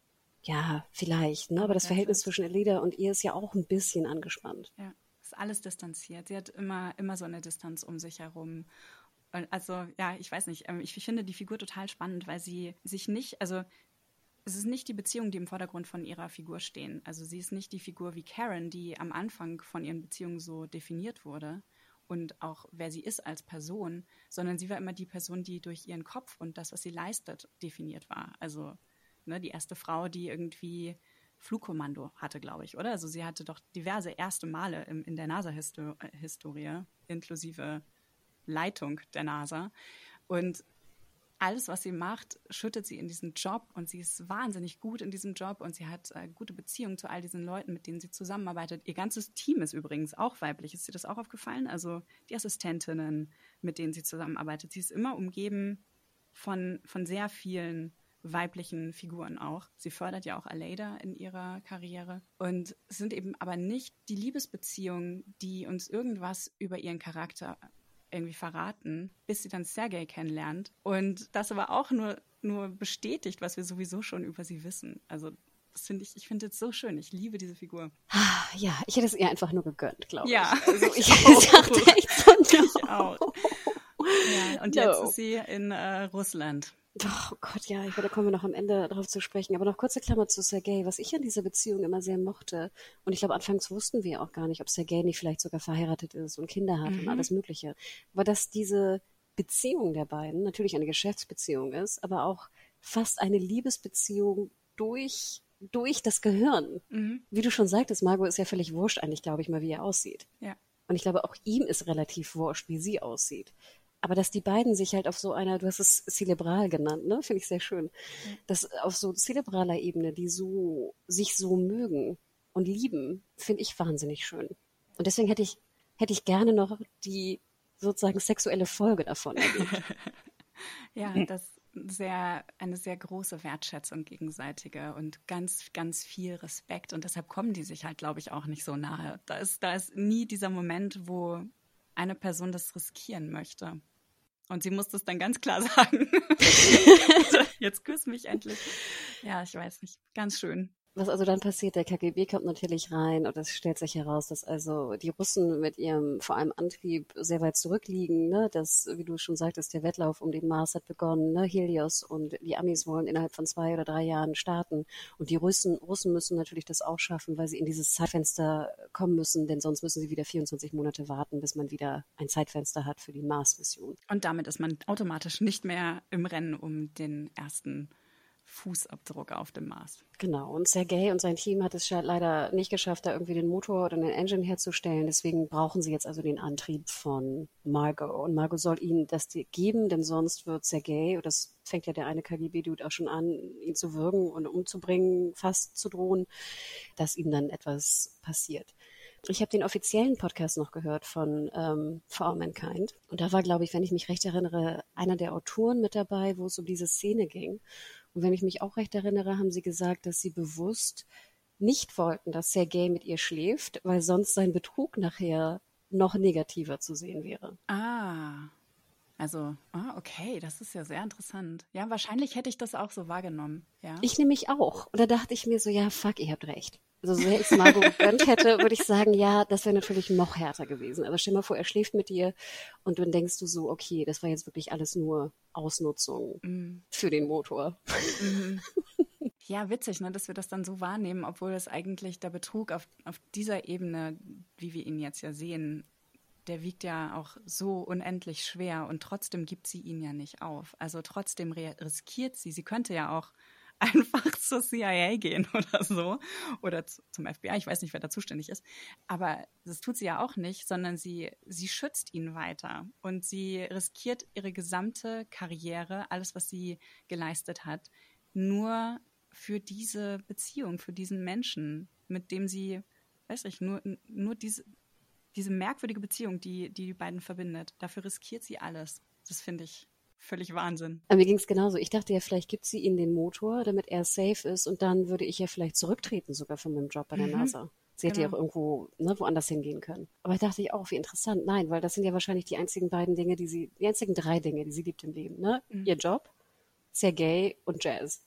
Ja, vielleicht, ne? Aber das Verhältnis zwischen Alida und ihr ist ja auch ein bisschen angespannt. Ja, ist alles distanziert. Sie hat immer so eine Distanz um sich herum. Also, ja, ich weiß nicht. Ich finde die Figur total spannend, weil sie sich nicht, also es ist nicht die Beziehungen, die im Vordergrund von ihrer Figur stehen. Also sie ist nicht die Figur wie Karen, die am Anfang von ihren Beziehungen so definiert wurde und auch wer sie ist als Person, sondern sie war immer die Person, die durch ihren Kopf und das, was sie leistet, definiert war. Also die erste Frau, die irgendwie Flugkommando hatte, glaube ich, oder? Also sie hatte doch diverse erste Male in der NASA-Historie, inklusive Leitung der NASA. Und alles, was sie macht, schüttet sie in diesen Job und sie ist wahnsinnig gut in diesem Job und sie hat gute Beziehungen zu all diesen Leuten, mit denen sie zusammenarbeitet. Ihr ganzes Team ist übrigens auch weiblich. Ist dir das auch aufgefallen? Also die Assistentinnen, mit denen sie zusammenarbeitet. Sie ist immer umgeben von sehr vielen weiblichen Figuren auch. Sie fördert ja auch Aleida in ihrer Karriere. Und es sind eben aber nicht die Liebesbeziehungen, die uns irgendwas über ihren Charakter irgendwie verraten, bis sie dann Sergei kennenlernt. Und das aber auch nur bestätigt, was wir sowieso schon über sie wissen. Also das ich finde es so schön. Ich liebe diese Figur. Ja, ich hätte es ihr einfach nur gegönnt, glaube ich. Ja, also ich dachte echt so, ich auch. Ja, und jetzt ist sie in Russland. Oh Gott, ja, da kommen wir noch am Ende drauf zu sprechen. Aber noch kurze Klammer zu Sergei. Was ich an dieser Beziehung immer sehr mochte, und ich glaube, anfangs wussten wir auch gar nicht, ob Sergei nicht vielleicht sogar verheiratet ist und Kinder hat und alles Mögliche, war, dass diese Beziehung der beiden natürlich eine Geschäftsbeziehung ist, aber auch fast eine Liebesbeziehung durch das Gehirn. Wie du schon sagtest, Margot ist ja völlig wurscht eigentlich, glaube ich mal, wie er aussieht. Ja. Und ich glaube, auch ihm ist relativ wurscht, wie sie aussieht. Aber dass die beiden sich halt auf so einer, du hast es zelebral genannt, ne? Finde ich sehr schön. Dass auf so zerebraler Ebene, die sich so mögen und lieben, finde ich wahnsinnig schön. Und deswegen hätte ich gerne noch die sozusagen sexuelle Folge davon erlebt. Ja, eine sehr große Wertschätzung gegenseitige und ganz, ganz viel Respekt. Und deshalb kommen die sich halt, glaube ich, auch nicht so nahe. Da ist nie dieser Moment, wo eine Person das riskieren möchte. Und sie muss das dann ganz klar sagen. Jetzt küss mich endlich. Ja, ich weiß nicht. Ganz schön. Was also dann passiert, der KGB kommt natürlich rein und es stellt sich heraus, dass also die Russen mit ihrem vor allem Antrieb sehr weit zurückliegen. Ne? Das, wie du schon sagtest, der Wettlauf um den Mars hat begonnen. Ne? Helios und die Amis wollen innerhalb von 2 oder 3 Jahren starten. Und die Russen müssen natürlich das auch schaffen, weil sie in dieses Zeitfenster kommen müssen, denn sonst müssen sie wieder 24 Monate warten, bis man wieder ein Zeitfenster hat für die Mars-Mission. Und damit ist man automatisch nicht mehr im Rennen um den ersten Fußabdruck auf dem Mars. Genau, und Sergei und sein Team hat es leider nicht geschafft, da irgendwie den Motor oder den Engine herzustellen. Deswegen brauchen sie jetzt also den Antrieb von Margot. Und Margot soll ihnen das geben, denn sonst wird Sergei, und das fängt ja der eine KGB-Dude auch schon an, ihn zu würgen und umzubringen, fast zu drohen, dass ihm dann etwas passiert. Ich habe den offiziellen Podcast noch gehört von For All Mankind. Und da war, glaube ich, wenn ich mich recht erinnere, einer der Autoren mit dabei, wo es um diese Szene ging. Und wenn ich mich auch recht erinnere, haben sie gesagt, dass sie bewusst nicht wollten, dass Sergei mit ihr schläft, weil sonst sein Betrug nachher noch negativer zu sehen wäre. Okay, das ist ja sehr interessant. Ja, wahrscheinlich hätte ich das auch so wahrgenommen. Ja. Ich nämlich auch. Und da dachte ich mir so, ja, fuck, ihr habt recht. Also so sehr ich es Margot gegönnt hätte, würde ich sagen, ja, das wäre natürlich noch härter gewesen. Also stell dir mal vor, er schläft mit dir und dann denkst du so, okay, das war jetzt wirklich alles nur Ausnutzung für den Motor. Ja, witzig, ne, dass wir das dann so wahrnehmen, obwohl es eigentlich der Betrug auf dieser Ebene, wie wir ihn jetzt ja sehen, der wiegt ja auch so unendlich schwer und trotzdem gibt sie ihn ja nicht auf. Also trotzdem riskiert sie. Sie könnte ja auch einfach zur CIA gehen oder so oder zum FBI, ich weiß nicht, wer da zuständig ist, aber das tut sie ja auch nicht, sondern sie schützt ihn weiter und sie riskiert ihre gesamte Karriere, alles, was sie geleistet hat, nur für diese Beziehung, für diesen Menschen, mit dem sie, weiß ich, nur diese merkwürdige Beziehung, die beiden verbindet. Dafür riskiert sie alles. Das finde ich völlig Wahnsinn. Aber mir ging es genauso. Ich dachte ja, vielleicht gibt sie ihm den Motor, damit er safe ist und dann würde ich ja vielleicht zurücktreten sogar von meinem Job bei der NASA. Sie hätte ja auch irgendwo woanders hingehen können. Aber da dachte ich auch, wie interessant. Nein, weil das sind ja wahrscheinlich die einzigen 3 Dinge, die sie liebt im Leben. Ne? Ihr Job, Sergei und Jazz.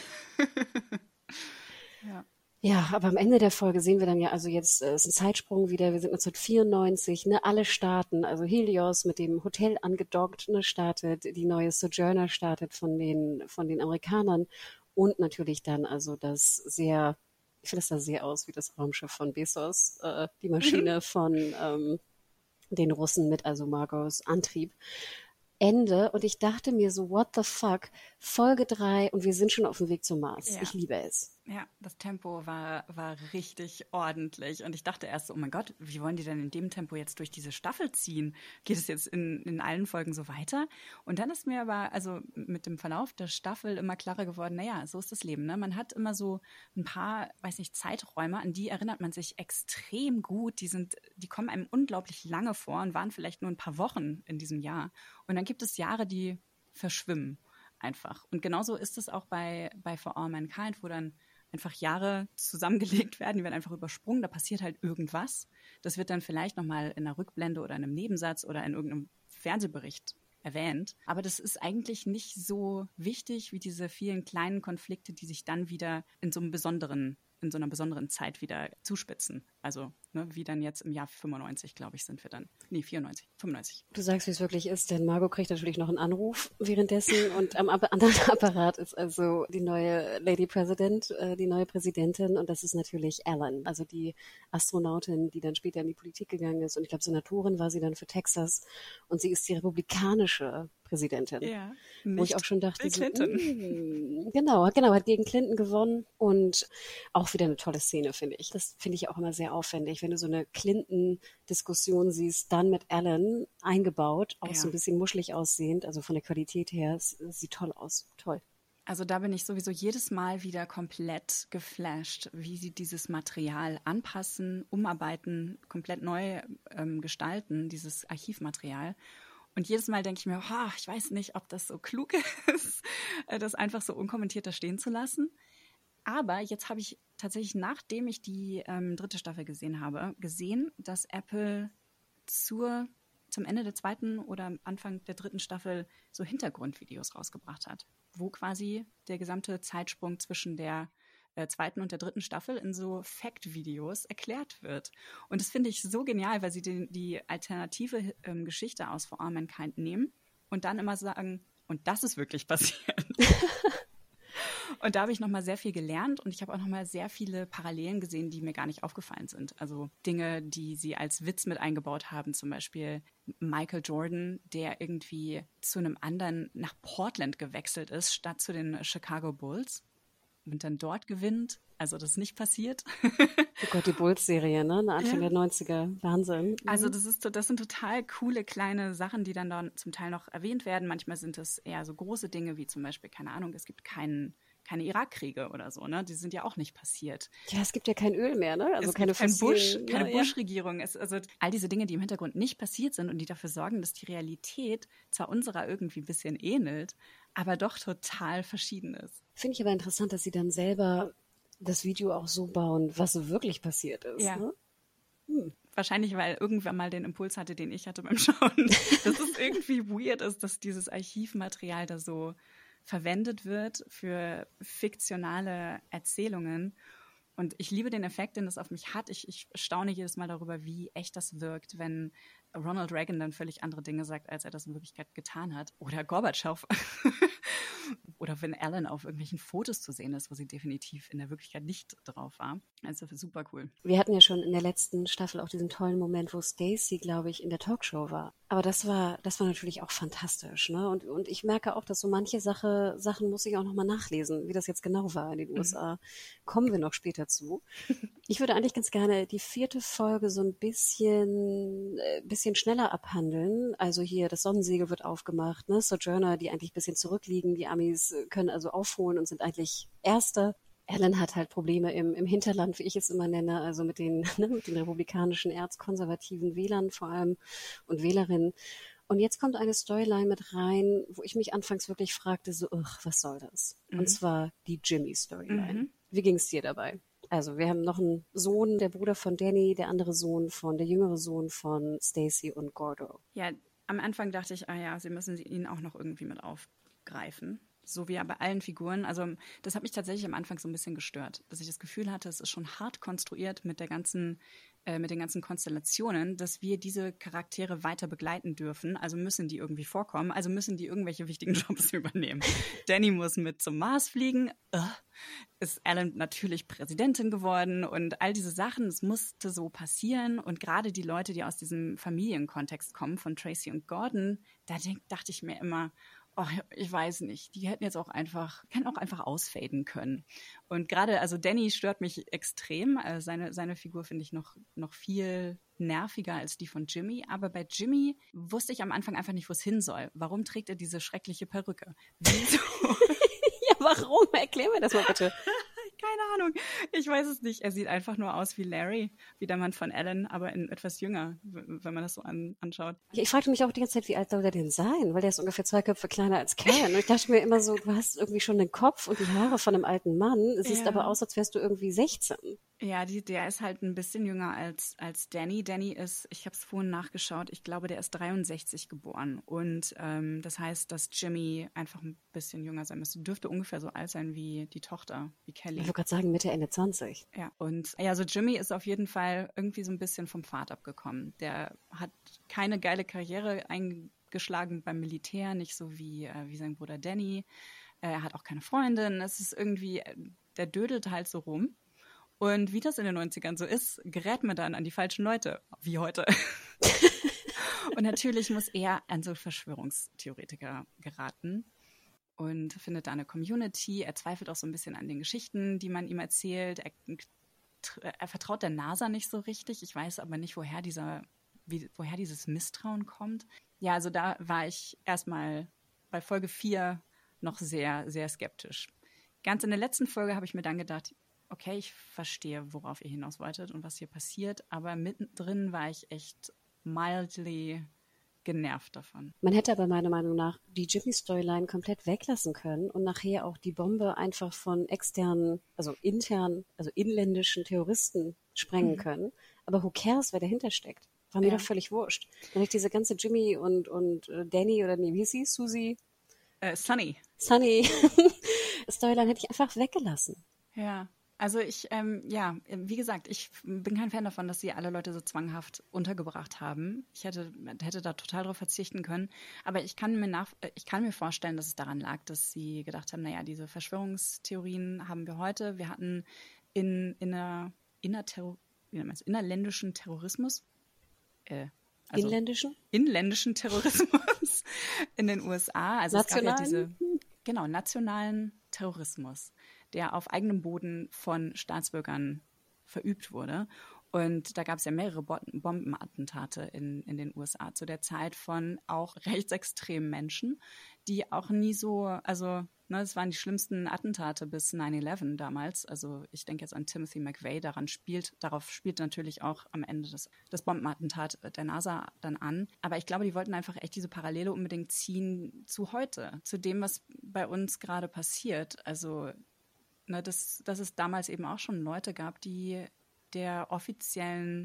Ja. Ja, aber am Ende der Folge sehen wir dann ja, also jetzt ist ein Zeitsprung wieder, wir sind 1994, ne, alle starten, also Helios mit dem Hotel angedockt, ne, startet, die neue Sojourner startet von den Amerikanern und natürlich dann also ich finde das sah sehr aus wie das Raumschiff von Bezos, die Maschine von den Russen mit also Margots Antrieb. Ende und ich dachte mir so, what the fuck, Folge 3 und wir sind schon auf dem Weg zum Mars. Ja. Ich liebe es. Ja, das Tempo war richtig ordentlich. Und ich dachte erst so, oh mein Gott, wie wollen die denn in dem Tempo jetzt durch diese Staffel ziehen? Geht es jetzt in allen Folgen so weiter? Und dann ist mir aber, also mit dem Verlauf der Staffel immer klarer geworden, naja, so ist das Leben. Ne? Man hat immer so ein paar, weiß nicht, Zeiträume, an die erinnert man sich extrem gut. Die kommen einem unglaublich lange vor und waren vielleicht nur ein paar Wochen in diesem Jahr. Und dann gibt es Jahre, die verschwimmen einfach. Und genauso ist es auch bei For All Mankind, wo dann einfach Jahre zusammengelegt werden, die werden einfach übersprungen, da passiert halt irgendwas. Das wird dann vielleicht nochmal in einer Rückblende oder in einem Nebensatz oder in irgendeinem Fernsehbericht erwähnt. Aber das ist eigentlich nicht so wichtig wie diese vielen kleinen Konflikte, die sich dann wieder in so einer besonderen Zeit wieder zuspitzen. Also, ne, wie dann jetzt im Jahr 95, glaube ich, sind wir dann. Nee, 94, 95. Du sagst, wie es wirklich ist, denn Margot kriegt natürlich noch einen Anruf währenddessen und am anderen Apparat ist also die neue Lady President, die neue Präsidentin und das ist natürlich Ellen, also die Astronautin, die dann später in die Politik gegangen ist und ich glaube Senatorin war sie dann für Texas und sie ist die republikanische Präsidentin. Ja, wo ich auch schon dachte, Bill Clinton. Genau, hat gegen Clinton gewonnen und auch wieder eine tolle Szene, finde ich. Das finde ich auch immer sehr aufwendig, wenn du so eine Clinton-Diskussion siehst, dann mit Ellen eingebaut, auch so ein bisschen muschelig aussehend, also von der Qualität her, es sieht toll aus, toll. Also da bin ich sowieso jedes Mal wieder komplett geflasht, wie sie dieses Material anpassen, umarbeiten, komplett neu gestalten, dieses Archivmaterial. Und jedes Mal denke ich mir, ich weiß nicht, ob das so klug ist, das einfach so unkommentiert da stehen zu lassen. Aber jetzt habe ich tatsächlich, nachdem ich die 3. Staffel gesehen habe, gesehen, dass Apple zum Ende der 2. oder Anfang der 3. Staffel so Hintergrundvideos rausgebracht hat, wo quasi der gesamte Zeitsprung zwischen der 2. und der 3. Staffel in so Fact-Videos erklärt wird. Und das finde ich so genial, weil sie die alternative Geschichte aus For All Mankind nehmen und dann immer sagen, und das ist wirklich passiert. Und da habe ich nochmal sehr viel gelernt und ich habe auch nochmal sehr viele Parallelen gesehen, die mir gar nicht aufgefallen sind. Also Dinge, die sie als Witz mit eingebaut haben, zum Beispiel Michael Jordan, der irgendwie zu einem anderen nach Portland gewechselt ist, statt zu den Chicago Bulls und dann dort gewinnt. Also das ist nicht passiert. Oh Gott, die Bulls-Serie, ne? Anfang der 90er. Wahnsinn. Also das sind total coole kleine Sachen, die dann zum Teil noch erwähnt werden. Manchmal sind es eher so große Dinge wie zum Beispiel, keine Ahnung, es gibt keine Irakkriege oder so, ne? Die sind ja auch nicht passiert. Ja, es gibt ja kein Öl mehr, ne? Also keine Bush-Regierung. Also all diese Dinge, die im Hintergrund nicht passiert sind und die dafür sorgen, dass die Realität zwar unserer irgendwie ein bisschen ähnelt, aber doch total verschieden ist. Finde ich aber interessant, dass sie dann selber das Video auch so bauen, was so wirklich passiert ist. Ja. Ne? Wahrscheinlich, weil irgendwer mal den Impuls hatte, den ich hatte beim Schauen, dass es irgendwie weird ist, dass dieses Archivmaterial da so verwendet wird für fiktionale Erzählungen. Und ich liebe den Effekt, den das auf mich hat. Ich staune jedes Mal darüber, wie echt das wirkt, wenn Ronald Reagan dann völlig andere Dinge sagt, als er das in Wirklichkeit getan hat. Oder Gorbatschow. Oder wenn Ellen auf irgendwelchen Fotos zu sehen ist, wo sie definitiv in der Wirklichkeit nicht drauf war. Also super cool. Wir hatten ja schon in der letzten Staffel auch diesen tollen Moment, wo Stacey, glaube ich, in der Talkshow war. Aber das war natürlich auch fantastisch, ne? Und ich merke auch, dass so manche Sachen muss ich auch nochmal nachlesen, wie das jetzt genau war in den USA. Kommen wir noch später zu. Ich würde eigentlich ganz gerne die 4. Folge so ein bisschen schneller abhandeln. Also hier, das Sonnensegel wird aufgemacht, ne? Sojourner, die eigentlich ein bisschen zurückliegen. Die Amis können also aufholen und sind eigentlich Erster. Ellen hat halt Probleme im Hinterland, wie ich es immer nenne, also mit den republikanischen, erzkonservativen Wählern vor allem und Wählerinnen. Und jetzt kommt eine Storyline mit rein, wo ich mich anfangs wirklich fragte, so, was soll das? Und zwar die Jimmy-Storyline. Wie ging es dir dabei? Also wir haben noch einen Sohn, der Bruder von Danny, der jüngere Sohn von Stacey und Gordo. Ja, am Anfang dachte ich, sie müssen ihn auch noch irgendwie mit aufgreifen. So wie ja bei allen Figuren. Also das hat mich tatsächlich am Anfang so ein bisschen gestört, dass ich das Gefühl hatte, es ist schon hart konstruiert mit den ganzen Konstellationen, dass wir diese Charaktere weiter begleiten dürfen. Also müssen die irgendwie vorkommen, also müssen die irgendwelche wichtigen Jobs übernehmen. Danny muss mit zum Mars fliegen. Ist Ellen natürlich Präsidentin geworden und all diese Sachen, es musste so passieren. Und gerade die Leute, die aus diesem Familienkontext kommen, von Tracy und Gordon, da dachte ich mir immer, ich weiß nicht, die hätten jetzt auch einfach ausfaden können. Und gerade, also Danny stört mich extrem. Seine Figur finde ich noch viel nerviger als die von Jimmy. Aber bei Jimmy wusste ich am Anfang einfach nicht, wo es hin soll. Warum trägt er diese schreckliche Perücke? Wieso? Ja, warum? Erklär mir das mal bitte. Keine Ahnung. Ich weiß es nicht. Er sieht einfach nur aus wie Larry, wie der Mann von Ellen, aber in etwas jünger, wenn man das so anschaut. Ja, ich fragte mich auch die ganze Zeit, wie alt soll der denn sein? Weil der ist ungefähr 2 Köpfe kleiner als Karen. Und ich dachte mir immer so, du hast irgendwie schon den Kopf und die Haare von einem alten Mann. Siehst aber aus, als wärst du irgendwie 16. Ja, der ist halt ein bisschen jünger als Danny. Danny ist, ich habe es vorhin nachgeschaut, ich glaube, der ist 63 geboren. Und das heißt, dass Jimmy einfach ein bisschen jünger sein müsste. Dürfte ungefähr so alt sein wie die Tochter, wie Kelly. Ich wollte gerade sagen, Mitte, Ende 20. Ja, und also Jimmy ist auf jeden Fall irgendwie so ein bisschen vom Pfad abgekommen. Der hat keine geile Karriere eingeschlagen beim Militär, nicht so wie sein Bruder Danny. Er hat auch keine Freundin. Es ist irgendwie, der dödelt halt so rum. Und wie das in den 90ern so ist, gerät man dann an die falschen Leute, wie heute. Und natürlich muss er an so Verschwörungstheoretiker geraten und findet da eine Community. Er zweifelt auch so ein bisschen an den Geschichten, die man ihm erzählt. Er vertraut der NASA nicht so richtig. Ich weiß aber nicht, woher dieses Misstrauen kommt. Ja, also da war ich erstmal bei Folge 4 noch sehr, sehr skeptisch. Ganz in der letzten Folge habe ich mir dann gedacht, okay, ich verstehe, worauf ihr hinaus wolltet und was hier passiert, aber mittendrin war ich echt mildly genervt davon. Man hätte aber meiner Meinung nach die Jimmy-Storyline komplett weglassen können und nachher auch die Bombe einfach von externen, also internen, also inländischen Terroristen sprengen können. Aber who cares, wer dahinter steckt? War mir doch völlig wurscht. Wenn ich diese ganze Jimmy und Danny oder nee, wie hieß sie? Susie? Sunny. Storyline hätte ich einfach weggelassen. Ja. Also wie gesagt, ich bin kein Fan davon, dass sie alle Leute so zwanghaft untergebracht haben. Ich hätte da total drauf verzichten können. Aber ich kann mir vorstellen, dass es daran lag, dass sie gedacht haben, naja, diese Verschwörungstheorien haben wir heute. Wir hatten innerländischen Terrorismus. Inländischen Terrorismus in den USA. Also nationalen? Es gab ja nationalen Terrorismus, der auf eigenem Boden von Staatsbürgern verübt wurde. Und da gab es ja mehrere Bombenattentate in den USA zu der Zeit von auch rechtsextremen Menschen, die auch nie so, also es waren die schlimmsten Attentate bis 9/11 damals. Also ich denke jetzt an Timothy McVeigh, darauf spielt natürlich auch am Ende das Bombenattentat der NASA dann an. Aber ich glaube, die wollten einfach echt diese Parallele unbedingt ziehen zu heute, zu dem, was bei uns gerade passiert. Also dass es damals eben auch schon Leute gab, die dem offiziellen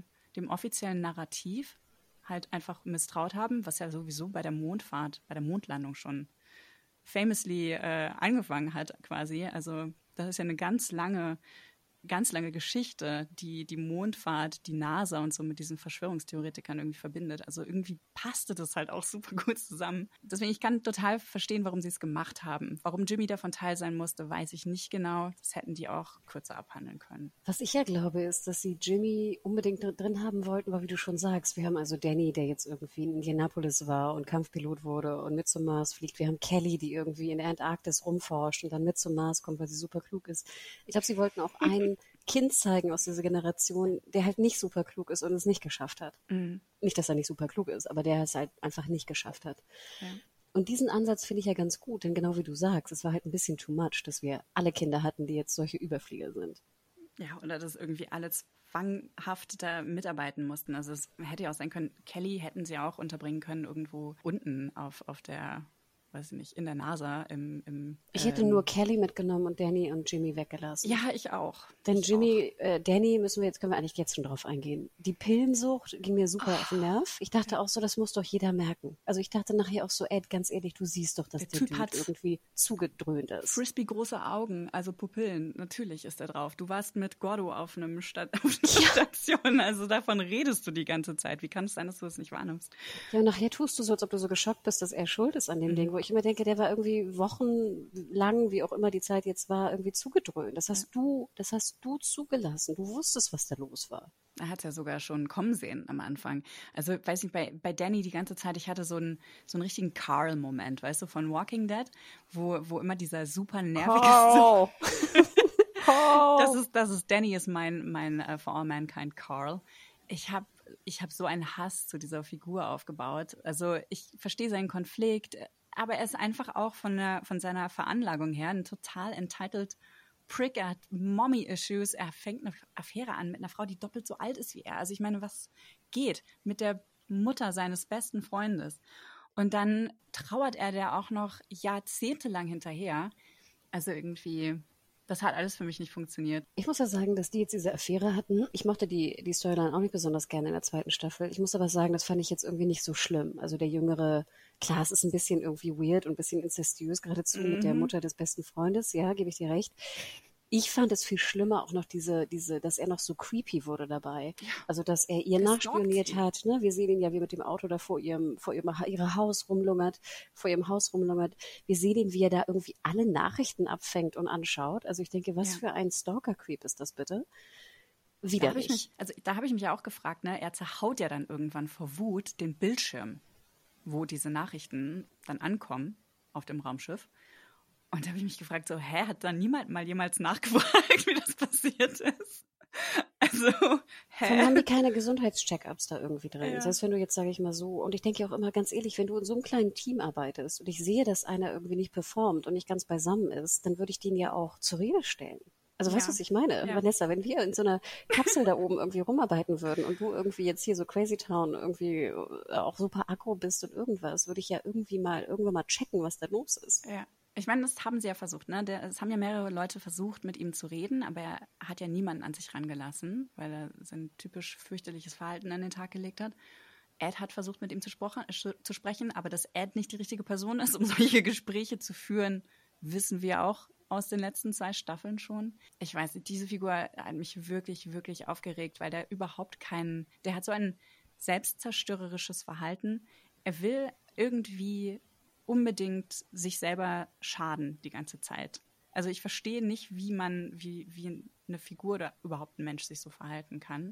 Narrativ halt einfach misstraut haben, was ja sowieso bei der Mondlandung schon famously angefangen hat quasi. Also das ist ja eine ganz lange Geschichte, die Mondfahrt, die NASA und so mit diesen Verschwörungstheoretikern irgendwie verbindet. Also irgendwie passte das halt auch super gut zusammen. Deswegen, ich kann total verstehen, warum sie es gemacht haben. Warum Jimmy davon Teil sein musste, weiß ich nicht genau. Das hätten die auch kürzer abhandeln können. Was ich ja glaube, ist, dass sie Jimmy unbedingt drin haben wollten, weil wie du schon sagst, wir haben also Danny, der jetzt irgendwie in Indianapolis war und Kampfpilot wurde und mit zum Mars fliegt. Wir haben Kelly, die irgendwie in der Antarktis rumforscht und dann mit zum Mars kommt, weil sie super klug ist. Ich glaube, sie wollten auch einen Kind zeigen aus dieser Generation, der halt nicht super klug ist und es nicht geschafft hat. Mhm. Nicht, dass er nicht super klug ist, aber der es halt einfach nicht geschafft hat. Ja. Und diesen Ansatz finde ich ja ganz gut, denn genau wie du sagst, es war halt ein bisschen too much, dass wir alle Kinder hatten, die jetzt solche Überflieger sind. Ja, oder dass irgendwie alle zwanghaft da mitarbeiten mussten. Also es hätte ja auch sein können, Kelly hätten sie auch unterbringen können irgendwo unten auf der, weiß ich nicht, in der NASA. Ich hätte nur Kelly mitgenommen und Danny und Jimmy weggelassen. Ja, ich auch. Denn Danny können wir eigentlich jetzt schon drauf eingehen. Die Pillensucht ging mir super auf den Nerv. Ich dachte auch so, das muss doch jeder merken. Also ich dachte nachher auch so, Ed, ganz ehrlich, du siehst doch, dass der Typ irgendwie zugedröhnt ist. Frisbee große Augen, also Pupillen, natürlich ist er drauf. Du warst mit Gordo auf einer Station, also davon redest du die ganze Zeit. Wie kann es sein, dass du das nicht wahrnimmst? Ja, und nachher tust du so, als ob du so geschockt bist, dass er schuld ist an dem Ding, wo ich immer denke, der war irgendwie wochenlang, wie auch immer die Zeit jetzt war, irgendwie zugedröhnt. Das hast du zugelassen. Du wusstest, was da los war. Er hat es ja sogar schon kommen sehen am Anfang. Also, weiß nicht, bei Danny die ganze Zeit, ich hatte so einen richtigen Carl-Moment, weißt du, von Walking Dead, wo immer dieser super nervige... Das ist Danny ist mein For All Mankind Carl. Ich hab so einen Hass zu dieser Figur aufgebaut. Also ich verstehe seinen Konflikt, aber er ist einfach auch von seiner Veranlagung her ein total entitled Prick. Er hat Mommy-Issues. Er fängt eine Affäre an mit einer Frau, die doppelt so alt ist wie er. Also ich meine, was geht mit der Mutter seines besten Freundes? Und dann trauert er der auch noch jahrzehntelang hinterher. Also irgendwie... Das hat alles für mich nicht funktioniert. Ich muss ja sagen, dass die jetzt diese Affäre hatten. Ich mochte die Storyline auch nicht besonders gerne in der zweiten Staffel. Ich muss aber sagen, das fand ich jetzt irgendwie nicht so schlimm. Also der Jüngere, klar, es ist ein bisschen irgendwie weird und ein bisschen incestuös, geradezu mit der Mutter des besten Freundes. Ja, gebe ich dir recht. Ich fand es viel schlimmer auch noch dass er noch so creepy wurde dabei. Ja. Also, dass er ihr nachspioniert hat. Ne? Wir sehen ihn ja, wie mit dem Auto da vor ihrem Haus rumlungert. Wir sehen ihn, wie er da irgendwie alle Nachrichten abfängt und anschaut. Also ich denke, was für ein Stalker-Creep ist das bitte? Widerlich. Da habe ich mich ja auch gefragt, ne? Er zerhaut ja dann irgendwann vor Wut den Bildschirm, wo diese Nachrichten dann ankommen auf dem Raumschiff. Und da habe ich mich gefragt, so, hat da niemand mal jemals nachgefragt, wie das passiert ist? Also, Warum haben die keine Gesundheitscheckups da irgendwie drin? Ja. Selbst wenn du jetzt, sage ich mal so, und ich denke auch immer ganz ehrlich, wenn du in so einem kleinen Team arbeitest und ich sehe, dass einer irgendwie nicht performt und nicht ganz beisammen ist, dann würde ich den ja auch zur Rede stellen. Also weißt du, was ich meine? Ja. Vanessa, wenn wir in so einer Kapsel da oben irgendwie rumarbeiten würden und du irgendwie jetzt hier so Crazy Town irgendwie auch super aggro bist und irgendwas, würde ich ja irgendwann mal checken, was da los ist. Ja. Ich meine, das haben sie ja versucht, ne? Es haben ja mehrere Leute versucht, mit ihm zu reden, aber er hat ja niemanden an sich rangelassen, weil er sein typisch fürchterliches Verhalten an den Tag gelegt hat. Ed hat versucht, mit ihm zu sprechen, aber dass Ed nicht die richtige Person ist, um solche Gespräche zu führen, wissen wir auch aus den letzten 2 Staffeln schon. Ich weiß nicht, diese Figur hat mich wirklich, wirklich aufgeregt, weil der hat so ein selbstzerstörerisches Verhalten. Er will irgendwie unbedingt sich selber schaden die ganze Zeit. Also ich verstehe nicht, wie eine Figur oder überhaupt ein Mensch sich so verhalten kann.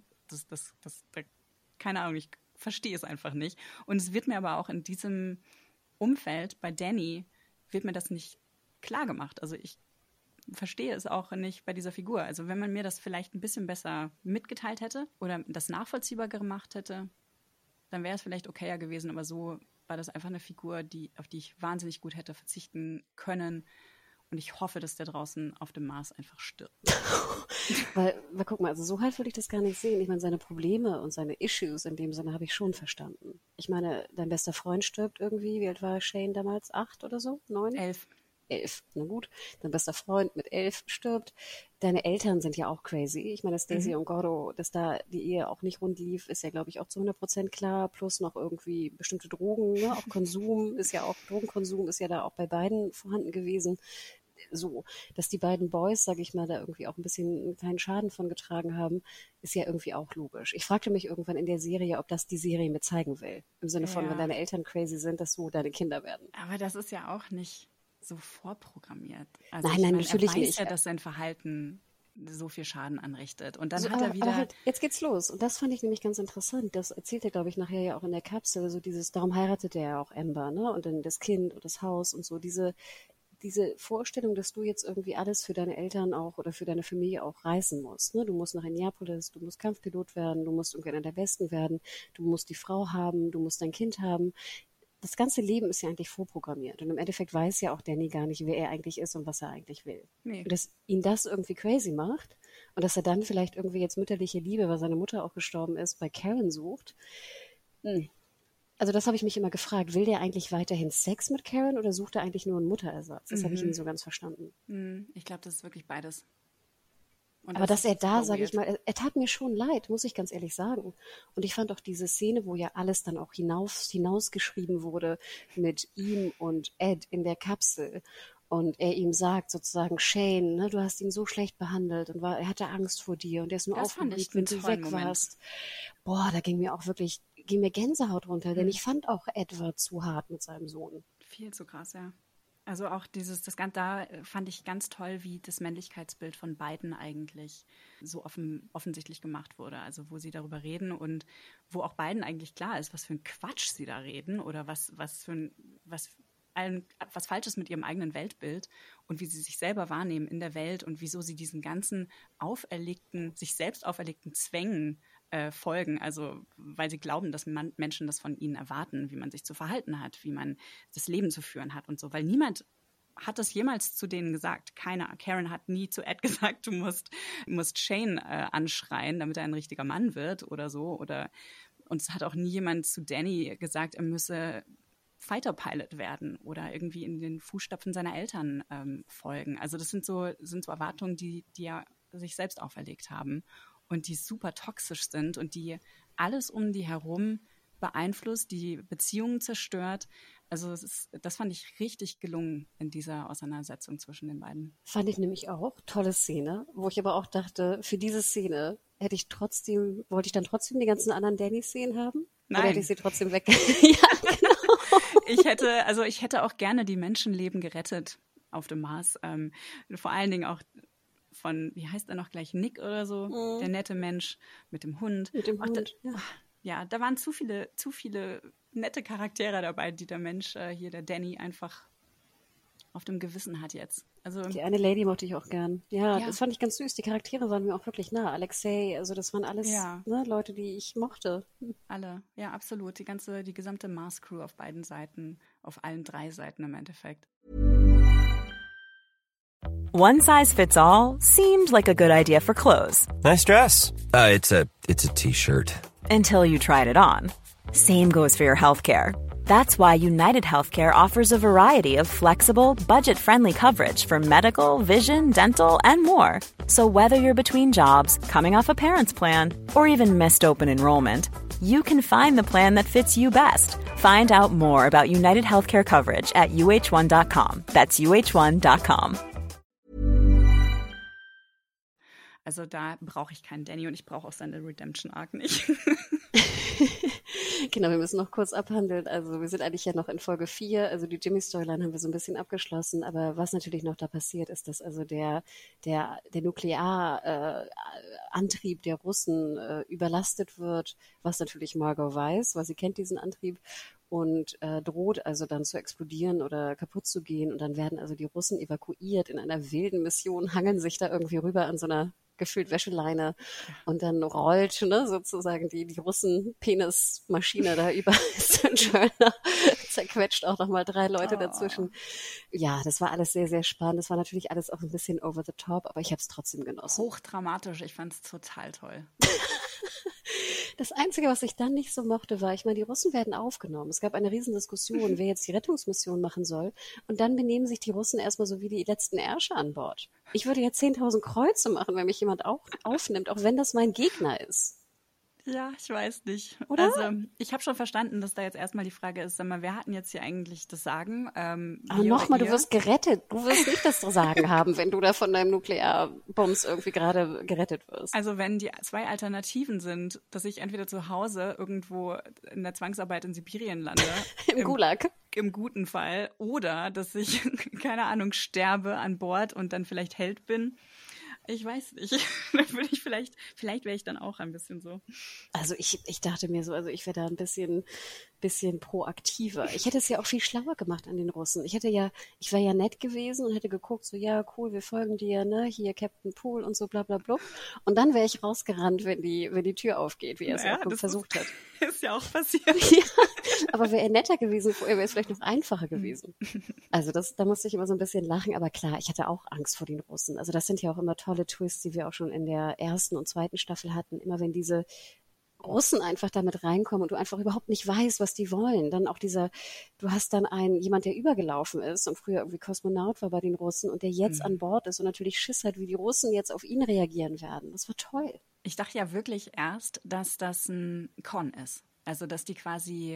Keine Ahnung, ich verstehe es einfach nicht. Und es wird mir aber auch in diesem Umfeld bei Danny wird mir das nicht klar gemacht. Also ich verstehe es auch nicht bei dieser Figur. Also wenn man mir das vielleicht ein bisschen besser mitgeteilt hätte oder das nachvollziehbar gemacht hätte, dann wäre es vielleicht okayer gewesen. Aber so war das einfach eine Figur, auf die ich wahnsinnig gut hätte verzichten können. Und ich hoffe, dass der draußen auf dem Mars einfach stirbt. Weil guck mal, also so halt würde ich das gar nicht sehen. Ich meine, seine Probleme und seine Issues in dem Sinne habe ich schon verstanden. Ich meine, dein bester Freund stirbt irgendwie. Wie alt war Shane damals? 8 oder so? 9? 11. 11, na gut. Dein bester Freund mit 11 stirbt. Deine Eltern sind ja auch crazy. Ich meine, dass Daisy und Gordo, dass da die Ehe auch nicht rund lief, ist ja, glaube ich, auch zu 100% klar. Plus noch irgendwie bestimmte Drogen, ne? Auch Drogenkonsum ist ja da auch bei beiden vorhanden gewesen. So, dass die beiden Boys, sage ich mal, da irgendwie auch ein bisschen einen kleinen Schaden von getragen haben, ist ja irgendwie auch logisch. Ich fragte mich irgendwann in der Serie, ob das die Serie mir zeigen will. Im Sinne von, wenn deine Eltern crazy sind, dass so deine Kinder werden. Aber das ist ja auch nicht so vorprogrammiert. Also Nein, natürlich er weiß nicht. ja, dass sein Verhalten so viel Schaden anrichtet. Und dann So, hat er wieder... aber halt, jetzt geht's los. Und das fand ich nämlich ganz interessant. Das erzählt er, glaube ich, nachher ja auch in der Kapsel. So darum heiratet er ja auch Amber, ne? Und dann das Kind und das Haus und so. Diese Vorstellung, dass du jetzt irgendwie alles für deine Eltern auch oder für deine Familie auch reißen musst. Ne? Du musst nach Indianapolis, du musst Kampfpilot werden, du musst irgendwie einer der Besten werden, du musst die Frau haben, du musst dein Kind haben. Das ganze Leben ist ja eigentlich vorprogrammiert. Und im Endeffekt weiß ja auch Danny gar nicht, wer er eigentlich ist und was er eigentlich will. Nee. Und dass ihn das irgendwie crazy macht und dass er dann vielleicht irgendwie jetzt mütterliche Liebe, weil seine Mutter auch gestorben ist, bei Karen sucht. Also das habe ich mich immer gefragt. Will der eigentlich weiterhin Sex mit Karen oder sucht er eigentlich nur einen Mutterersatz? Das habe ich nie so ganz verstanden. Ich glaube, das ist wirklich beides. Und Aber dass er da, sage ich weird. mal, er tat mir schon leid, muss ich ganz ehrlich sagen. Und ich fand auch diese Szene, wo ja alles dann auch hinausgeschrieben wurde mit ihm und Ed in der Kapsel. Und er ihm sagt sozusagen, Shane, ne, du hast ihn so schlecht behandelt und er hatte Angst vor dir und er ist nur Das fand ich aufgeregt, wenn einen du tollen weg Moment. warst. Boah, da ging mir Gänsehaut runter, denn ich fand auch Edward zu hart mit seinem Sohn. Viel zu krass, ja. Also auch da fand ich ganz toll, wie das Männlichkeitsbild von beiden eigentlich so offensichtlich gemacht wurde. Also wo sie darüber reden und wo auch beiden eigentlich klar ist, was für ein Quatsch sie da reden oder was falsch ist mit ihrem eigenen Weltbild und wie sie sich selber wahrnehmen in der Welt und wieso sie diesen ganzen sich selbst auferlegten Zwängen folgen, also weil sie glauben, dass Menschen das von ihnen erwarten, wie man sich zu verhalten hat, wie man das Leben zu führen hat und so, weil niemand hat das jemals zu denen gesagt. Karen hat nie zu Ed gesagt, du musst Shane anschreien, damit er ein richtiger Mann wird oder so, und es hat auch nie jemand zu Danny gesagt, er müsse Fighter Pilot werden oder irgendwie in den Fußstapfen seiner Eltern folgen. Also das sind so Erwartungen, die ja sich selbst auferlegt haben und die super toxisch sind und die alles um die herum beeinflusst, die Beziehungen zerstört. Also das fand ich richtig gelungen in dieser Auseinandersetzung zwischen den beiden. Fand ich nämlich auch. Tolle Szene, wo ich aber auch dachte, für diese Szene wollte ich dann trotzdem die ganzen anderen Danny-Szenen haben? Nein. Oder hätte ich sie trotzdem weg? Ja, genau. Ich hätte auch gerne die Menschenleben gerettet auf dem Mars. Vor allen Dingen auch von, wie heißt er noch gleich, Nick oder so, der nette Mensch mit dem Hund. Mit dem Hund, ja. Da waren zu viele nette Charaktere dabei, die der Mensch hier, der Danny, einfach auf dem Gewissen hat jetzt. Also die eine Lady mochte ich auch gern. Ja, das fand ich ganz süß. Die Charaktere waren mir auch wirklich nah. Alexei, also das waren alles Leute, die ich mochte. Alle, ja, absolut. Die gesamte Mars-Crew auf beiden Seiten, auf allen 3 Seiten im Endeffekt. One size fits all seemed like a good idea for clothes. Nice dress. It's a t-shirt. Until you tried it on. Same goes for your healthcare. That's why United Healthcare offers a variety of flexible, budget-friendly coverage for medical, vision, dental, and more. So whether you're between jobs, coming off a parent's plan, or even missed open enrollment, you can find the plan that fits you best. Find out more about United Healthcare coverage at uh1.com. That's uh1.com. Also da brauche ich keinen Danny und ich brauche auch seine Redemption-Arc nicht. Genau, wir müssen noch kurz abhandeln. Also wir sind eigentlich ja noch in Folge 4. Also die Jimmy-Storyline haben wir so ein bisschen abgeschlossen. Aber was natürlich noch da passiert, ist, dass also der Nuklearantrieb der Russen überlastet wird, was natürlich Margot weiß, weil sie kennt diesen Antrieb und droht also dann zu explodieren oder kaputt zu gehen. Und dann werden also die Russen evakuiert in einer wilden Mission, hangeln sich da irgendwie rüber an so einer gefühlt Wäscheleine und dann rollt sozusagen die Russen-Penis-Maschine da über Sojourner, zerquetscht auch nochmal 3 Leute dazwischen. Ja, das war alles sehr, sehr spannend. Das war natürlich alles auch ein bisschen over the top, aber ich habe es trotzdem genossen. Hochdramatisch, ich fand es total toll. Das Einzige, was ich dann nicht so mochte, war, ich meine, die Russen werden aufgenommen. Es gab eine Riesendiskussion, wer jetzt die Rettungsmission machen soll. Und dann benehmen sich die Russen erstmal so wie die letzten Ärsche an Bord. Ich würde ja 10.000 Kreuze machen, wenn mich jemand auch aufnimmt, auch wenn das mein Gegner ist. Ja, ich weiß nicht. Oder? Also ich habe schon verstanden, dass da jetzt erstmal die Frage ist, sag mal, wer hat denn jetzt hier eigentlich das Sagen? Aber nochmal, du wirst gerettet. Du wirst nicht das Sagen haben, wenn du da von deinem Nuklearbums irgendwie gerade gerettet wirst. Also wenn die 2 Alternativen sind, dass ich entweder zu Hause irgendwo in der Zwangsarbeit in Sibirien lande. Im Gulag. Im guten Fall. Oder dass ich, keine Ahnung, sterbe an Bord und dann vielleicht Held bin. Ich weiß nicht. Dann würde ich vielleicht wäre ich dann auch ein bisschen so. Also ich dachte mir so, also ich wäre da ein bisschen proaktiver. Ich hätte es ja auch viel schlauer gemacht an den Russen. Ich wäre ja nett gewesen und hätte geguckt, so ja, cool, wir folgen dir, ne, hier Captain Poole und so bla bla bla. Und dann wäre ich rausgerannt, wenn die Tür aufgeht, wie er es auch versucht hat. Ist ja auch passiert. Ja, aber wäre er netter gewesen, vorher wäre es vielleicht noch einfacher gewesen. Also da musste ich immer so ein bisschen lachen, aber klar, ich hatte auch Angst vor den Russen. Also das sind ja auch immer tolle Twists, die wir auch schon in der 1. und 2. Staffel hatten. Immer wenn diese Russen einfach damit reinkommen und du einfach überhaupt nicht weißt, was die wollen. Dann auch du hast dann jemand, der übergelaufen ist und früher irgendwie Kosmonaut war bei den Russen und der jetzt an Bord ist und natürlich Schiss hat, wie die Russen jetzt auf ihn reagieren werden. Das war toll. Ich dachte ja wirklich erst, dass das ein Con ist. Also, dass die quasi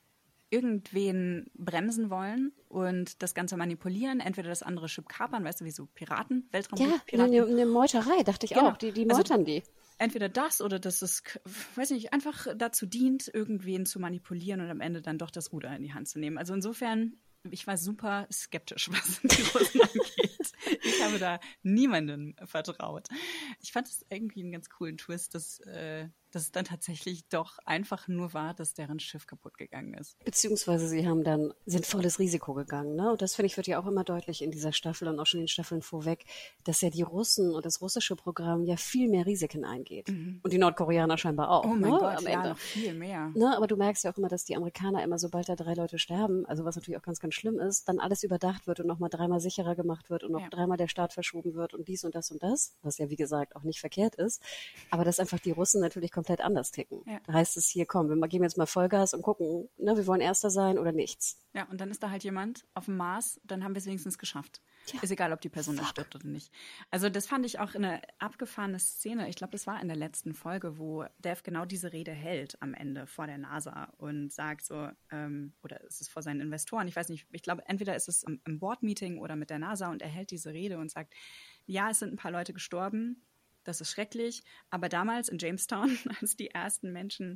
irgendwen bremsen wollen und das Ganze manipulieren, entweder das andere Schiff kapern, weißt du, wie so Piraten, Weltraumpiraten. Ja, eine Meuterei, dachte ich genau. auch. Die meutern die. Entweder das oder dass es, weiß nicht, einfach dazu dient, irgendwen zu manipulieren und am Ende dann doch das Ruder in die Hand zu nehmen. Also insofern, ich war super skeptisch, was die Russen angeht. Ich habe da niemandem vertraut. Ich fand es irgendwie einen ganz coolen Twist, dass es dann tatsächlich doch einfach nur war, dass deren Schiff kaputt gegangen ist. Beziehungsweise sie sind volles Risiko gegangen, ne? Und das, finde ich, wird ja auch immer deutlich in dieser Staffel und auch schon in den Staffeln vorweg, dass ja die Russen und das russische Programm ja viel mehr Risiken eingeht. Mhm. Und die Nordkoreaner scheinbar auch. Oh mein ne? Gott, Am ja, Ende. noch viel mehr. Ne? Aber du merkst ja auch immer, dass die Amerikaner immer, sobald da 3 Leute sterben, also was natürlich auch ganz, ganz schlimm ist, dann alles überdacht wird und nochmal 3-mal sicherer gemacht wird und noch 3-mal der Start verschoben wird und dies und das, was ja, wie gesagt, auch nicht verkehrt ist. Aber dass einfach die Russen natürlich komplett anders ticken. Ja. Da heißt es hier, komm, wir geben jetzt mal Vollgas und gucken, ne, wir wollen Erster sein oder nichts. Ja, und dann ist da halt jemand auf dem Mars, dann haben wir es wenigstens geschafft. Ja. Ist egal, ob die Person da stirbt oder nicht. Also das fand ich auch eine abgefahrene Szene. Ich glaube, das war in der letzten Folge, wo Dev genau diese Rede hält am Ende vor der NASA und sagt so, oder ist es vor seinen Investoren, ich weiß nicht, ich glaube, entweder ist es im Board-Meeting oder mit der NASA und er hält diese Rede und sagt, ja, es sind ein paar Leute gestorben, das ist schrecklich, aber damals in Jamestown, als die ersten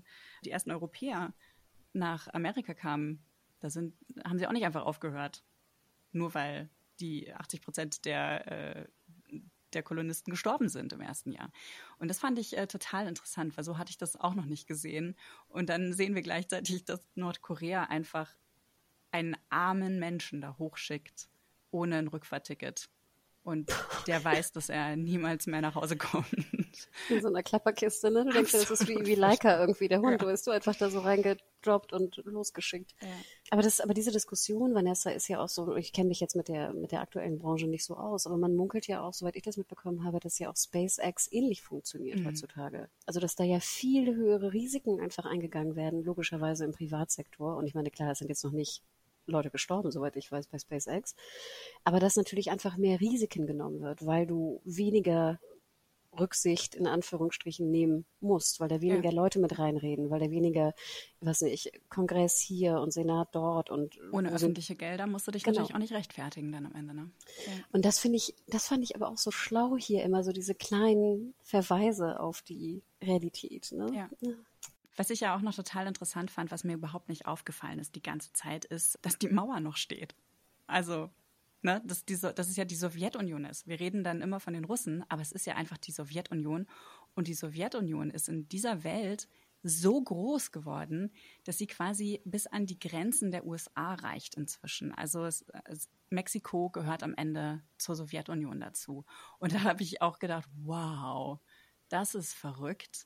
Europäer nach Amerika kamen, haben sie auch nicht einfach aufgehört, nur weil die 80% der Kolonisten gestorben sind im ersten Jahr. Und das fand ich total interessant, weil so hatte ich das auch noch nicht gesehen. Und dann sehen wir gleichzeitig, dass Nordkorea einfach einen armen Menschen da hochschickt, ohne ein Rückfahrticket. Und der weiß, dass er niemals mehr nach Hause kommt. In so einer Klapperkiste, ne? Du denkst dir, das ist wie Laika irgendwie, der Hund. Du bist du einfach da so reingedroppt und losgeschickt. Ja. Aber diese Diskussion, Vanessa, ist ja auch so, ich kenne mich jetzt mit der aktuellen Branche nicht so aus, aber man munkelt ja auch, soweit ich das mitbekommen habe, dass ja auch SpaceX ähnlich funktioniert heutzutage. Also, dass da ja viel höhere Risiken einfach eingegangen werden, logischerweise im Privatsektor. Und ich meine, klar, es sind jetzt noch nicht Leute gestorben, soweit ich weiß, bei SpaceX. Aber dass natürlich einfach mehr Risiken genommen wird, weil du weniger Rücksicht in Anführungsstrichen nehmen musst, weil da weniger Leute mit reinreden, weil da weniger, was nicht, Kongress hier und Senat dort und ohne öffentliche Gelder musst du dich natürlich auch nicht rechtfertigen dann am Ende, ne? Ja. Und das fand ich aber auch so schlau hier immer, so diese kleinen Verweise auf die Realität, ne? Ja. Was ich ja auch noch total interessant fand, was mir überhaupt nicht aufgefallen ist die ganze Zeit, ist, dass die Mauer noch steht. Also ne, dass es ja die Sowjetunion ist. Wir reden dann immer von den Russen, aber es ist ja einfach die Sowjetunion. Und die Sowjetunion ist in dieser Welt so groß geworden, dass sie quasi bis an die Grenzen der USA reicht inzwischen. Also Mexiko gehört am Ende zur Sowjetunion dazu. Und da habe ich auch gedacht, wow, das ist verrückt.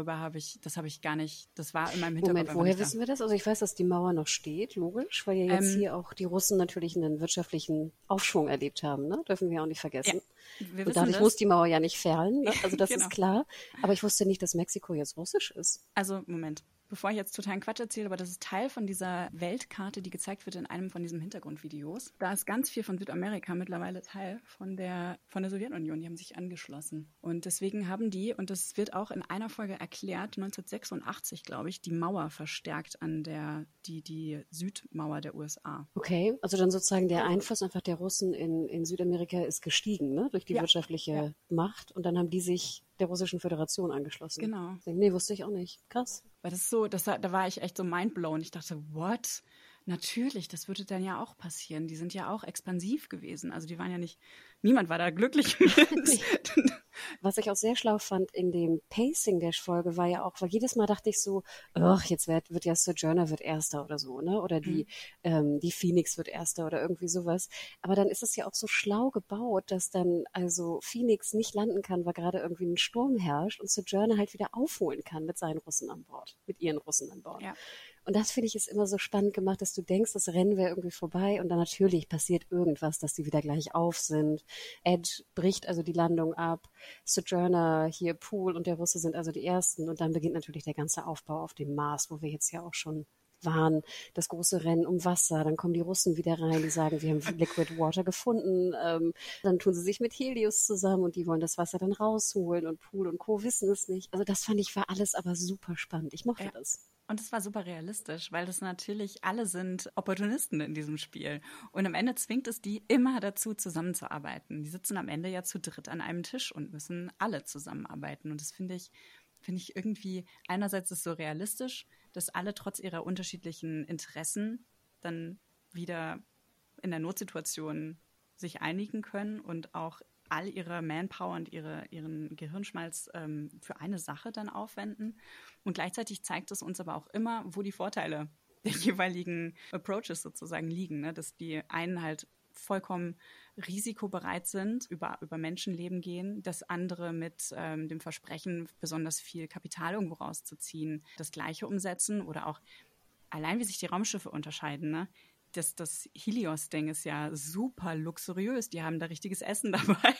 Das habe ich gar nicht, das war in meinem Hinterkopf. Moment, woher wissen wir das? Also ich weiß, dass die Mauer noch steht, logisch, weil ja jetzt hier auch die Russen natürlich einen wirtschaftlichen Aufschwung erlebt haben, ne? Dürfen wir auch nicht vergessen. Ja, und dadurch muss die Mauer ja nicht fallen, ne? Also das ist klar. Aber ich wusste nicht, dass Mexiko jetzt russisch ist. Also Moment. Bevor ich jetzt totalen Quatsch erzähle, aber das ist Teil von dieser Weltkarte, die gezeigt wird in einem von diesen Hintergrundvideos. Da ist ganz viel von Südamerika mittlerweile Teil von der Sowjetunion. Die haben sich angeschlossen. Und deswegen haben die, und das wird auch in einer Folge erklärt, 1986, glaube ich, die Mauer verstärkt an die Südmauer der USA. Okay, also dann sozusagen der Einfluss einfach der Russen in Südamerika ist gestiegen, ne? Durch die wirtschaftliche Macht. Und dann haben die sich der Russischen Föderation angeschlossen. Genau. Nee, wusste ich auch nicht. Krass. Weil das ist so, da war ich echt so mindblown. Ich dachte, what? Natürlich, das würde dann ja auch passieren. Die sind ja auch expansiv gewesen. Also die waren ja nicht, niemand war da glücklich mit. Was ich auch sehr schlau fand in dem Pacing der Folge war ja auch, weil jedes Mal dachte ich so, ach, jetzt wird ja Sojourner wird Erster oder so, ne? Oder die Phoenix wird Erster oder irgendwie sowas. Aber dann ist es ja auch so schlau gebaut, dass dann also Phoenix nicht landen kann, weil gerade irgendwie ein Sturm herrscht und Sojourner halt wieder aufholen kann mit seinen Russen an Bord, mit ihren Russen an Bord. Ja. Und das finde ich ist immer so spannend gemacht, dass du denkst, das Rennen wäre irgendwie vorbei und dann natürlich passiert irgendwas, dass die wieder gleich auf sind. Edge bricht also die Landung ab. Sojourner, hier Poole und der Russe sind also die Ersten und dann beginnt natürlich der ganze Aufbau auf dem Mars, wo wir jetzt ja auch schon waren, das große Rennen um Wasser, dann kommen die Russen wieder rein, die sagen, wir haben Liquid Water gefunden, dann tun sie sich mit Helios zusammen und die wollen das Wasser dann rausholen und Poole und Co. wissen es nicht. Also das fand ich war alles aber super spannend. Ich mochte das. Und es war super realistisch, weil das natürlich alle sind Opportunisten in diesem Spiel. Und am Ende zwingt es die immer dazu, zusammenzuarbeiten. Die sitzen am Ende ja zu dritt an einem Tisch und müssen alle zusammenarbeiten. Und das finde ich irgendwie, einerseits ist es so realistisch, dass alle trotz ihrer unterschiedlichen Interessen dann wieder in der Notsituation sich einigen können und auch all ihre Manpower und ihren Gehirnschmalz für eine Sache dann aufwenden. Und gleichzeitig zeigt es uns aber auch immer, wo die Vorteile der jeweiligen Approaches sozusagen liegen, ne? Dass die einen halt vollkommen risikobereit sind, über Menschenleben gehen, dass andere mit dem Versprechen, besonders viel Kapital irgendwo rauszuziehen, das Gleiche umsetzen oder auch allein, wie sich die Raumschiffe unterscheiden, ne? Das Helios-Ding ist ja super luxuriös. Die haben da richtiges Essen dabei.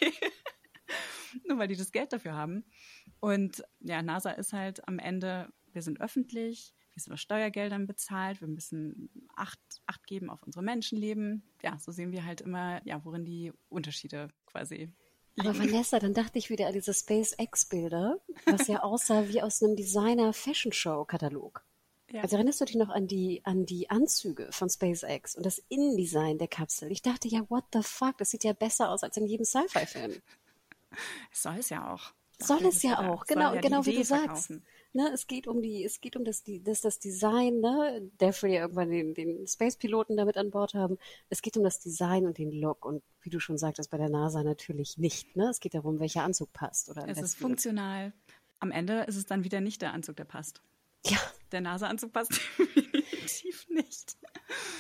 Nur weil die das Geld dafür haben. Und ja, NASA ist halt am Ende, wir sind öffentlich, wir sind aus Steuergeldern bezahlt, wir müssen Acht geben auf unsere Menschenleben. Ja, so sehen wir halt immer, ja, worin die Unterschiede quasi liegen. Aber Vanessa, dann dachte ich wieder an diese SpaceX-Bilder, was ja aussah wie aus einem Designer-Fashion-Show-Katalog. Ja. Also erinnerst du dich noch an die Anzüge von SpaceX und das Innendesign der Kapsel? Ich dachte ja, what the fuck, das sieht ja besser aus als in jedem Sci-Fi-Film. Soll es ja auch. Soll es ja auch, genau wie du sagst. Ne, es geht um das Design, ne, der will ja irgendwann den Space-Piloten damit an Bord haben. Es geht um das Design und den Look und wie du schon sagtest, bei der NASA natürlich nicht. Ne? Es geht darum, welcher Anzug passt. Oder es ist funktional. Am Ende ist es dann wieder nicht der Anzug, der passt. Ja. Der NASA-Anzug passt definitiv nicht.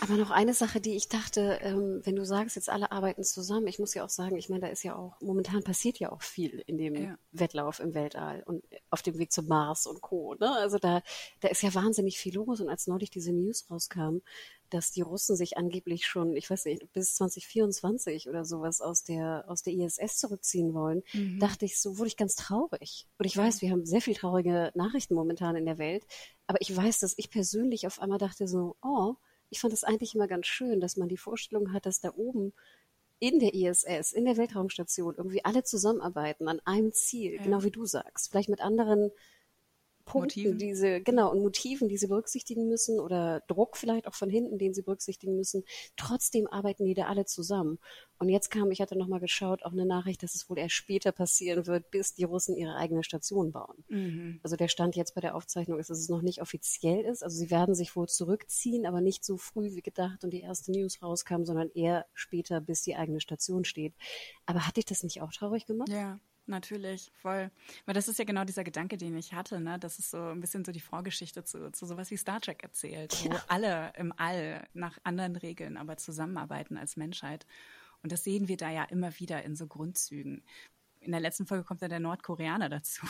Aber noch eine Sache, die ich dachte, wenn du sagst, jetzt alle arbeiten zusammen, ich muss ja auch sagen, ich meine, da ist ja auch, momentan passiert ja auch viel in dem Wettlauf im Weltall und auf dem Weg zum Mars und Co. Ne? Also da ist ja wahnsinnig viel los. Und als neulich diese News rauskam, dass die Russen sich angeblich schon, ich weiß nicht, bis 2024 oder sowas aus der ISS zurückziehen wollen, dachte ich so, wurde ich ganz traurig. Und ich weiß, wir haben sehr viel traurige Nachrichten momentan in der Welt, aber ich weiß, dass ich persönlich auf einmal dachte so, ich fand es eigentlich immer ganz schön, dass man die Vorstellung hat, dass da oben in der ISS, in der Weltraumstation irgendwie alle zusammenarbeiten an einem Ziel, genau wie du sagst, vielleicht mit anderen Punkten, Motiven, die sie berücksichtigen müssen oder Druck vielleicht auch von hinten, den sie berücksichtigen müssen. Trotzdem arbeiten die da alle zusammen. Und jetzt ich hatte nochmal geschaut, auch eine Nachricht, dass es wohl erst später passieren wird, bis die Russen ihre eigene Station bauen. Also der Stand jetzt bei der Aufzeichnung ist, dass es noch nicht offiziell ist. Also sie werden sich wohl zurückziehen, aber nicht so früh wie gedacht und die erste News rauskam, sondern eher später, bis die eigene Station steht. Aber hat dich das nicht auch traurig gemacht? Ja. Natürlich, voll. Weil das ist ja genau dieser Gedanke, den ich hatte, ne? Das ist so ein bisschen so die Vorgeschichte zu sowas wie Star Trek erzählt, wo alle im All nach anderen Regeln aber zusammenarbeiten als Menschheit. Und das sehen wir da ja immer wieder in so Grundzügen. In der letzten Folge kommt dann der Nordkoreaner dazu,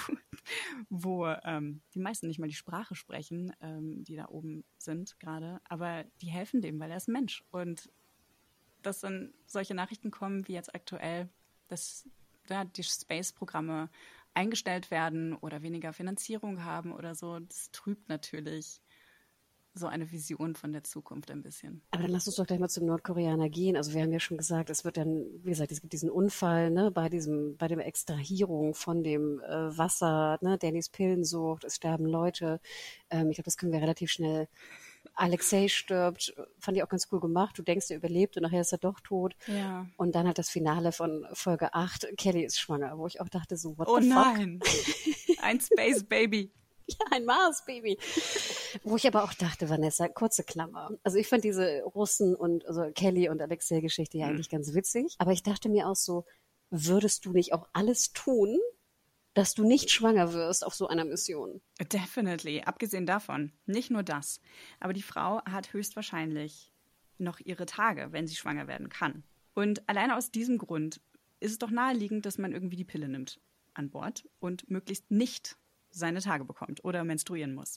wo die meisten nicht mal die Sprache sprechen, die da oben sind gerade, aber die helfen dem, weil er ist ein Mensch. Und dass dann solche Nachrichten kommen, wie jetzt aktuell, dass die Space-Programme eingestellt werden oder weniger Finanzierung haben oder so, das trübt natürlich so eine Vision von der Zukunft ein bisschen. Aber dann lass uns doch gleich mal zum Nordkoreaner gehen. Also wir haben ja schon gesagt, es wird dann, wie gesagt, es gibt diesen Unfall, ne, bei der Extrahierung von dem Wasser, ne, Dannys Pillensucht, es sterben Leute. Ich glaube, das können wir relativ schnell. Alexei stirbt, fand ich auch ganz cool gemacht. Du denkst, er überlebt und nachher ist er doch tot. Ja. Und dann halt das Finale von Folge 8, Kelly ist schwanger, wo ich auch dachte so, what the fuck? Oh nein, ein Space Baby. Ja, ein Mars Baby. Wo ich aber auch dachte, Vanessa, kurze Klammer. Also ich fand diese Russen und also Kelly und Alexei Geschichte ja eigentlich ganz witzig. Aber ich dachte mir auch so, würdest du nicht auch alles tun, dass du nicht schwanger wirst auf so einer Mission? Definitely. Abgesehen davon, nicht nur das. Aber die Frau hat höchstwahrscheinlich noch ihre Tage, wenn sie schwanger werden kann. Und alleine aus diesem Grund ist es doch naheliegend, dass man irgendwie die Pille nimmt an Bord und möglichst nicht seine Tage bekommt oder menstruieren muss.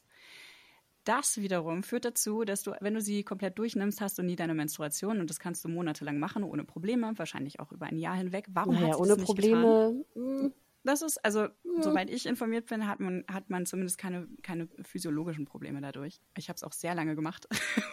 Das wiederum führt dazu, dass du, wenn du sie komplett durchnimmst, hast du nie deine Menstruation und das kannst du monatelang machen, ohne Probleme, wahrscheinlich auch über ein Jahr hinweg. Warum hat sie ohne das nicht Probleme getan? Das ist, also, soweit ich informiert bin, hat man zumindest keine physiologischen Probleme dadurch. Ich habe es auch sehr lange gemacht,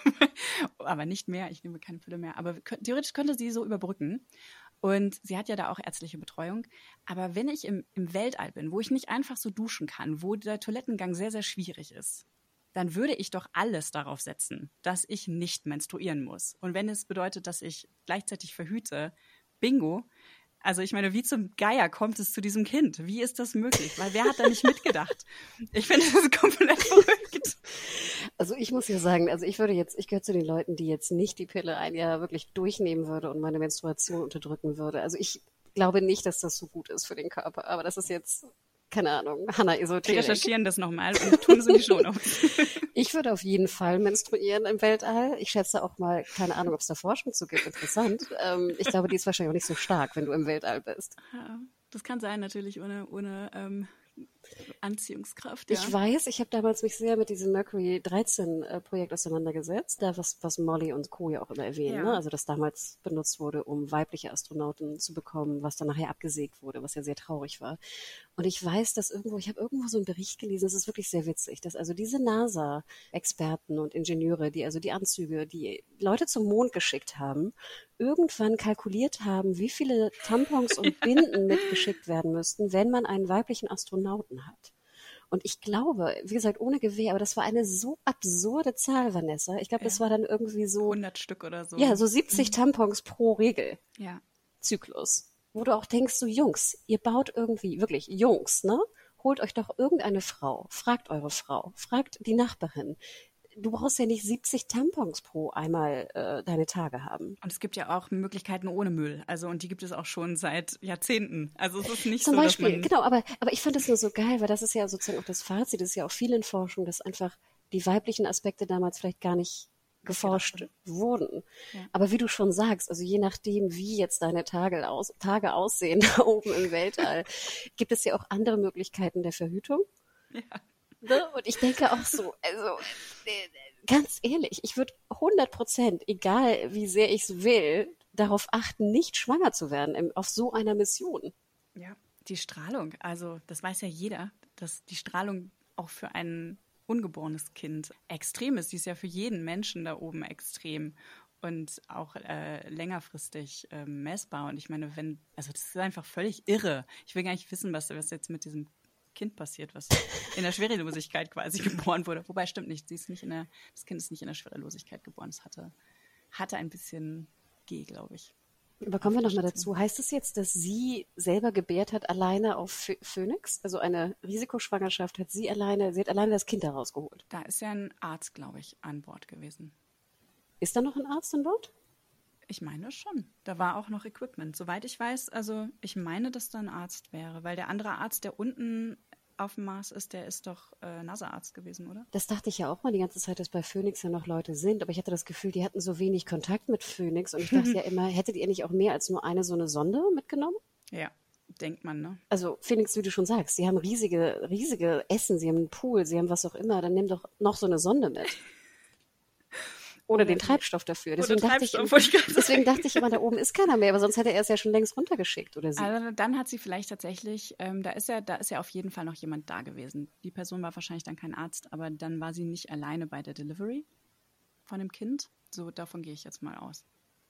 aber nicht mehr. Ich nehme keine Pille mehr. Aber theoretisch könnte sie so überbrücken. Und sie hat ja da auch ärztliche Betreuung. Aber wenn ich im Weltall bin, wo ich nicht einfach so duschen kann, wo der Toilettengang sehr, sehr schwierig ist, dann würde ich doch alles darauf setzen, dass ich nicht menstruieren muss. Und wenn es bedeutet, dass ich gleichzeitig verhüte, bingo. Also ich meine, wie zum Geier kommt es zu diesem Kind? Wie ist das möglich? Weil wer hat da nicht mitgedacht? Ich finde das komplett verrückt. Also ich muss ja sagen, ich gehöre zu den Leuten, die jetzt nicht die Pille ein Jahr wirklich durchnehmen würde und meine Menstruation unterdrücken würde. Also ich glaube nicht, dass das so gut ist für den Körper. Aber das ist jetzt, keine Ahnung, Hanna-Esoterik. Wir recherchieren das nochmal und tun es in die Shownotes. Ich würde auf jeden Fall menstruieren im Weltall. Ich schätze auch mal, keine Ahnung, ob es da Forschung zu gibt. Interessant. Ich glaube, die ist wahrscheinlich auch nicht so stark, wenn du im Weltall bist. Ja, das kann sein, natürlich ohne Anziehungskraft. Ja. Ich weiß, ich habe damals mich sehr mit diesem Mercury 13 Projekt auseinandergesetzt, da was Molly und Co. ja auch immer erwähnen, Ja. ne? Also das damals benutzt wurde, um weibliche Astronauten zu bekommen, was dann nachher abgesägt wurde, was ja sehr traurig war. Und ich weiß, dass ich habe irgendwo so einen Bericht gelesen, das ist wirklich sehr witzig, dass also diese NASA-Experten und Ingenieure, die also die Anzüge, die Leute zum Mond geschickt haben, irgendwann kalkuliert haben, wie viele Tampons und Binden mitgeschickt werden müssten, wenn man einen weiblichen Astronauten hat. Und ich glaube, wie gesagt, ohne Gewehr, aber das war eine so absurde Zahl, Vanessa. Ich glaube, das war dann irgendwie so 100 Stück oder so. Ja, so 70 Tampons pro Ja. Regelzyklus. Wo du auch denkst, so Jungs, ihr baut irgendwie, wirklich Jungs, ne? Holt euch doch irgendeine Frau, fragt eure Frau, fragt die Nachbarin. Du brauchst ja nicht 70 Tampons pro einmal deine Tage haben. Und es gibt ja auch Möglichkeiten ohne Müll. Also, und die gibt es auch schon seit Jahrzehnten. Also es ist nicht Zum so, Beispiel, dass man... genau, aber ich fand das nur so geil, weil das ist ja sozusagen auch das Fazit, das ist ja auch viel in Forschung, dass einfach die weiblichen Aspekte damals vielleicht gar nicht geforscht wurden. Ja. Aber wie du schon sagst, also je nachdem, wie jetzt deine Tage aussehen da oben im Weltall, gibt es ja auch andere Möglichkeiten der Verhütung. Ja. Ne? Und ich denke auch so, also ganz ehrlich, ich würde 100%, egal wie sehr ich es will, darauf achten, nicht schwanger zu werden auf so einer Mission. Ja, die Strahlung, also das weiß ja jeder, dass die Strahlung auch für ein ungeborenes Kind extrem ist. Die ist ja für jeden Menschen da oben extrem und auch längerfristig messbar. Und ich meine, also das ist einfach völlig irre. Ich will gar nicht wissen, was jetzt mit diesem Kind passiert, was in der Schwerelosigkeit quasi geboren wurde. Wobei, stimmt nicht, das Kind ist nicht in der Schwerelosigkeit geboren. Es hatte ein bisschen glaube ich. Aber kommen wir nochmal dazu. Heißt es jetzt, dass sie selber gebärt hat, alleine auf Phoenix? Also eine Risikoschwangerschaft sie hat alleine das Kind da rausgeholt? Da ist ja ein Arzt, glaube ich, an Bord gewesen. Ist da noch ein Arzt an Bord? Ich meine schon. Da war auch noch Equipment. Soweit ich weiß, also ich meine, dass da ein Arzt wäre, weil der andere Arzt, der unten auf dem Mars ist, der ist doch NASA-Arzt gewesen, oder? Das dachte ich ja auch mal die ganze Zeit, dass bei Phoenix ja noch Leute sind, aber ich hatte das Gefühl, die hatten so wenig Kontakt mit Phoenix und ich dachte ja immer, hättet ihr nicht auch mehr als nur so eine Sonde mitgenommen? Ja, denkt man, ne? Also Phoenix, wie du schon sagst, sie haben riesige Essen, sie haben einen Pool, sie haben was auch immer, dann nimm doch noch so eine Sonde mit. Oder den Treibstoff dafür. Deswegen dachte ich immer, da oben ist keiner mehr, aber sonst hätte er es ja schon längst runtergeschickt, oder sie. Also dann hat sie vielleicht tatsächlich, da ist ja auf jeden Fall noch jemand da gewesen. Die Person war wahrscheinlich dann kein Arzt, aber dann war sie nicht alleine bei der Delivery von dem Kind. So, davon gehe ich jetzt mal aus.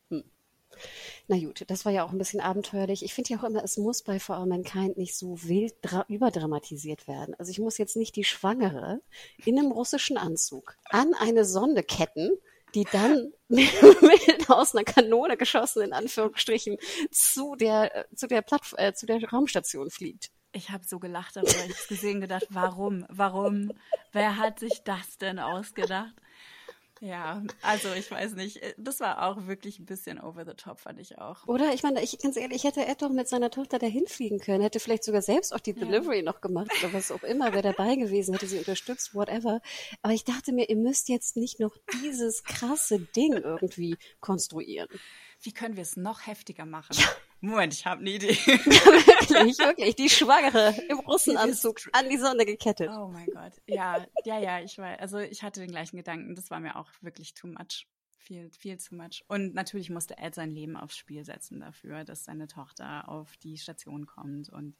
Na gut, das war ja auch ein bisschen abenteuerlich. Ich finde ja auch immer, es muss bei For All Mankind nicht so wild überdramatisiert werden. Also ich muss jetzt nicht die Schwangere in einem russischen Anzug an eine Sonde ketten, die dann aus einer Kanone geschossen, in Anführungsstrichen, zu der Raumstation fliegt. Ich habe so gelacht darüber, ich habe es gesehen, gedacht, warum? Wer hat sich das denn ausgedacht? Ja, also ich weiß nicht, das war auch wirklich ein bisschen over the top, fand ich auch. Oder? Ich meine, ganz ehrlich, hätte Ed doch mit seiner Tochter dahin fliegen können, hätte vielleicht sogar selbst auch die Delivery noch gemacht oder was auch immer, wäre dabei gewesen, hätte sie unterstützt, whatever. Aber ich dachte mir, ihr müsst jetzt nicht noch dieses krasse Ding irgendwie konstruieren. Wie können wir es noch heftiger machen? Ja. Moment, ich habe eine Idee. Wirklich, die Schwangere im Russenanzug an die Sonne gekettet. Oh mein Gott. Ja, ich weiß. Also ich hatte den gleichen Gedanken. Das war mir auch wirklich too much. Viel, viel too much. Und natürlich musste Ed sein Leben aufs Spiel setzen dafür, dass seine Tochter auf die Station kommt und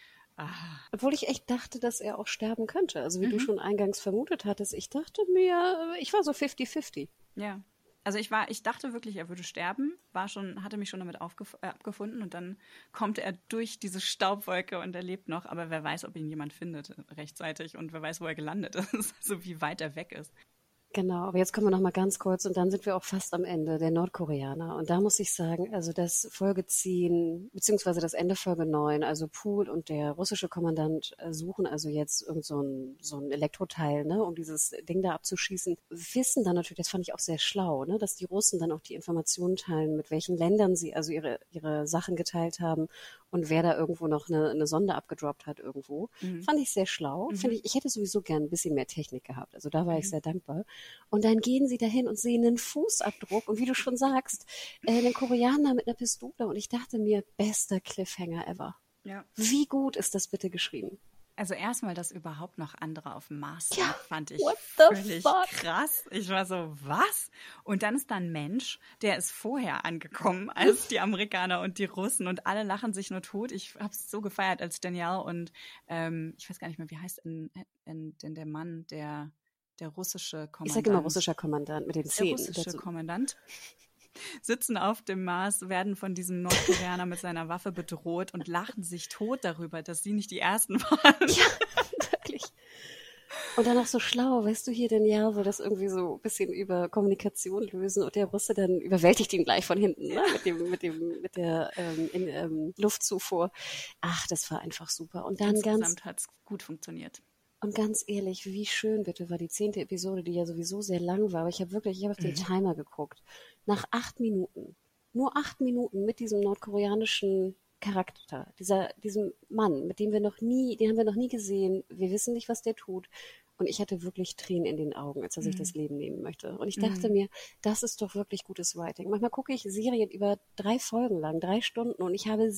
Obwohl ich echt dachte, dass er auch sterben könnte. Also wie du schon eingangs vermutet hattest, ich dachte mir, ich war so 50-50. Ja. Also ich dachte wirklich, er würde sterben, hatte mich schon damit abgefunden und dann kommt er durch diese Staubwolke und er lebt noch, aber wer weiß, ob ihn jemand findet rechtzeitig und wer weiß, wo er gelandet ist, also wie weit er weg ist. Genau, aber jetzt kommen wir noch mal ganz kurz und dann sind wir auch fast am Ende, der Nordkoreaner. Und da muss ich sagen, also das Folge 10, beziehungsweise das Ende Folge 9, also Poole und der russische Kommandant suchen also jetzt irgend so ein Elektroteil, ne, um dieses Ding da abzuschießen. Wissen dann natürlich, das fand ich auch sehr schlau, ne, dass die Russen dann auch die Informationen teilen, mit welchen Ländern sie also ihre Sachen geteilt haben und wer da irgendwo noch eine Sonde abgedroppt hat irgendwo. Fand ich sehr schlau. Ich hätte sowieso gern ein bisschen mehr Technik gehabt. Also da war ich sehr dankbar. Und dann gehen sie dahin und sehen einen Fußabdruck und wie du schon sagst, einen Koreaner mit einer Pistole. Und ich dachte mir, bester Cliffhanger ever. Ja. Wie gut ist das bitte geschrieben? Also erstmal, dass überhaupt noch andere auf dem Mars sind, fand ich völlig krass. Ich war so, was? Und dann ist da ein Mensch, der ist vorher angekommen als die Amerikaner und die Russen und alle lachen sich nur tot. Ich habe es so gefeiert, als Danielle und ich weiß gar nicht mehr, wie heißt denn der Mann, der russische Kommandant. Ich sage immer russischer Kommandant mit den Zähnen. Der russische Kommandant. Sitzen auf dem Mars, werden von diesem Nordkoreaner mit seiner Waffe bedroht und lachen sich tot darüber, dass sie nicht die Ersten waren. Ja, wirklich. Und dann auch so schlau, weißt du, hier Danielle will das irgendwie so ein bisschen über Kommunikation lösen und der Russe dann überwältigt ihn gleich von hinten, ne? mit der Luftzufuhr. Ach, das war einfach super. Und dann insgesamt hat es gut funktioniert. Und ganz ehrlich, wie schön bitte war die 10. Episode, die ja sowieso sehr lang war, aber ich habe auf den Timer geguckt. Nach 8 Minuten, nur 8 Minuten mit diesem nordkoreanischen Charakter, diesem Mann, den haben wir noch nie gesehen, wir wissen nicht, was der tut. Und ich hatte wirklich Tränen in den Augen, als er sich das Leben nehmen möchte. Und ich dachte mir, das ist doch wirklich gutes Writing. Manchmal gucke ich Serien über 3 Folgen lang, 3 Stunden und ich habe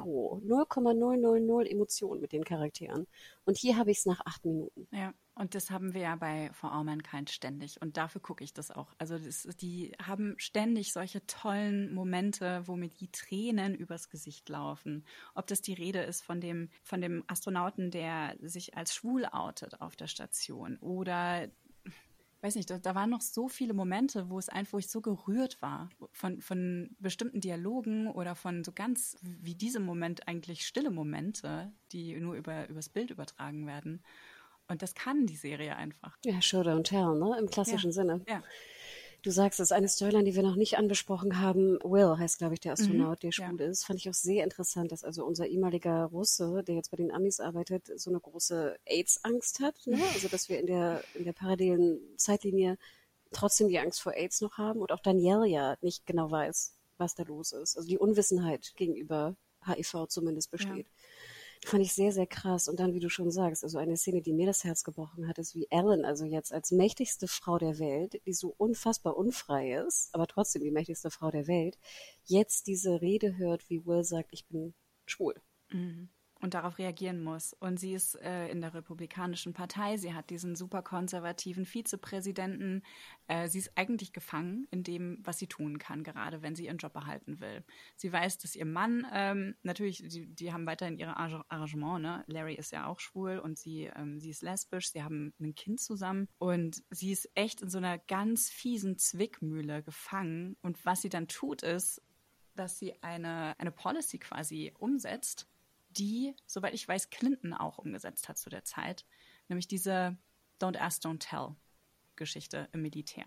0,000 Emotionen mit den Charakteren. Und hier habe ich es nach 8 Minuten. Ja, und das haben wir ja bei For All Mankind ständig. Und dafür gucke ich das auch. Also die haben ständig solche tollen Momente, wo mir die Tränen übers Gesicht laufen. Ob das die Rede ist von dem Astronauten, der sich als schwul outet auf der Station. Oder, weiß nicht, da waren noch so viele Momente, wo ich so gerührt war von bestimmten Dialogen oder von so ganz, wie diesem Moment eigentlich stille Momente, die nur übers Bild übertragen werden. Und das kann die Serie einfach. Ja, Show Don't Tell, ne? Im klassischen Sinne. Ja. Du sagst, es ist eine Storyline, die wir noch nicht angesprochen haben. Will heißt, glaube ich, der Astronaut, der schwul ist. Fand ich auch sehr interessant, dass also unser ehemaliger Russe, der jetzt bei den Amis arbeitet, so eine große AIDS-Angst hat. Ne? Also, dass wir in der parallelen Zeitlinie trotzdem die Angst vor AIDS noch haben und auch Danielle ja nicht genau weiß, was da los ist. Also die Unwissenheit gegenüber HIV zumindest besteht. Ja. Fand ich sehr, sehr krass. Und dann, wie du schon sagst, also eine Szene, die mir das Herz gebrochen hat, ist wie Ellen, also jetzt als mächtigste Frau der Welt, die so unfassbar unfrei ist, aber trotzdem die mächtigste Frau der Welt, jetzt diese Rede hört, wie Will sagt, ich bin schwul. Mhm. Und darauf reagieren muss. Und sie ist in der Republikanischen Partei. Sie hat diesen super konservativen Vizepräsidenten. Sie ist eigentlich gefangen in dem, was sie tun kann, gerade wenn sie ihren Job behalten will. Sie weiß, dass ihr Mann, natürlich, die haben weiterhin ihre Arrangement, ne? Larry ist ja auch schwul und sie ist lesbisch. Sie haben ein Kind zusammen. Und sie ist echt in so einer ganz fiesen Zwickmühle gefangen. Und was sie dann tut, ist, dass sie eine Policy quasi umsetzt, die, soweit ich weiß, Clinton auch umgesetzt hat zu der Zeit, nämlich diese Don't Ask, Don't Tell Geschichte im Militär,